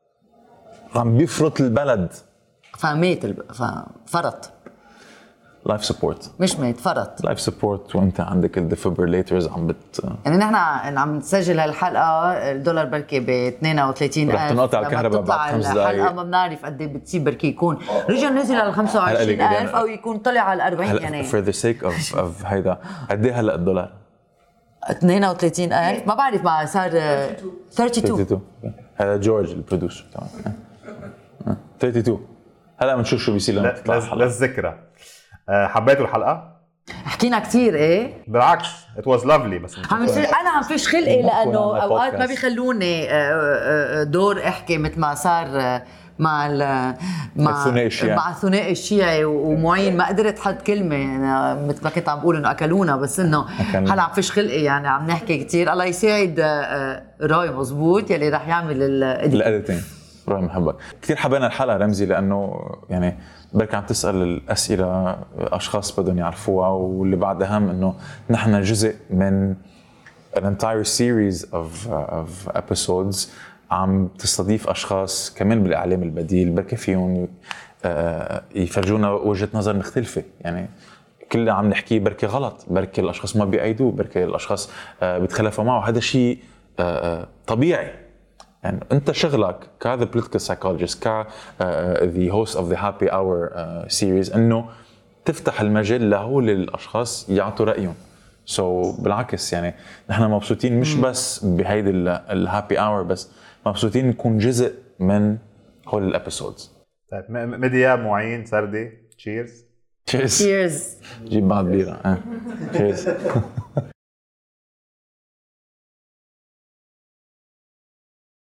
عم بيفرط البلد. فمات فرط. لايف سبورت مش مات، فرط. لايف سبورت وانت عندك الديفبريليترز عم يعني نحن عم نسجل هالحلقه الدولار بركي ب 32,000 رح تنقطع الكهرباء بعد 5 دقائق. الحلقه ما بنعرف قد ايه بتصير، بركي يكون رجع نزل على 25,000 او يكون طلع على 40. يعني for the sake of هيدا قد ايه هلا الدولار؟ 32,000 ما بعرف، ما صار 32. هذا جورج البروديوسر تمام. 32 هلا بنشوف شو بيصير لما تطلع الحلقه. للذكرى حبيتوا الحلقه؟ حكينا كتير. ايه بالعكس it was lovely. بس انا عم فيش خلقي لانه اوقات ما بيخلوني دور احكي مثل ما صار مع الثنائي الشيعي ومعين. ما قدرت حد كلمه يعني مثل ما كنت عم بقول انه اكلونا، بس انه هلا عم فيش خلقي يعني عم نحكي كتير. الله يساعد راي مزبوط يلي رح يعمل الاديتين. راي محبك كثير. حبينا الحلقه رمزي لانه يعني بركي عم تسال الاسئله اشخاص بدهم يعرفوها، واللي بعد اهم انه نحن جزء من an entire series of episodes عم تستضيف اشخاص كمان بالاعلام البديل بركي فيهم يفرجونا وجهه نظر مختلفه. يعني كل اللي عم نحكيه بركي غلط، بركي الاشخاص ما بيأيدوه، بركي الاشخاص بيتخلفوا معه. هذا شيء طبيعي. يعني انت شغلك كذا political psychologist the host of the happy hour series انه تفتح المجال لهول الاشخاص يعطوا رايهم. بالعكس يعني نحن مبسوطين مش بس بهيدي الهابي اور، بس مبسوطين نكون جزء من هول الابيسودز. طيب مديا معين سردي تشيرز. تشيرز. جيب بعض بيرة. تشيرز.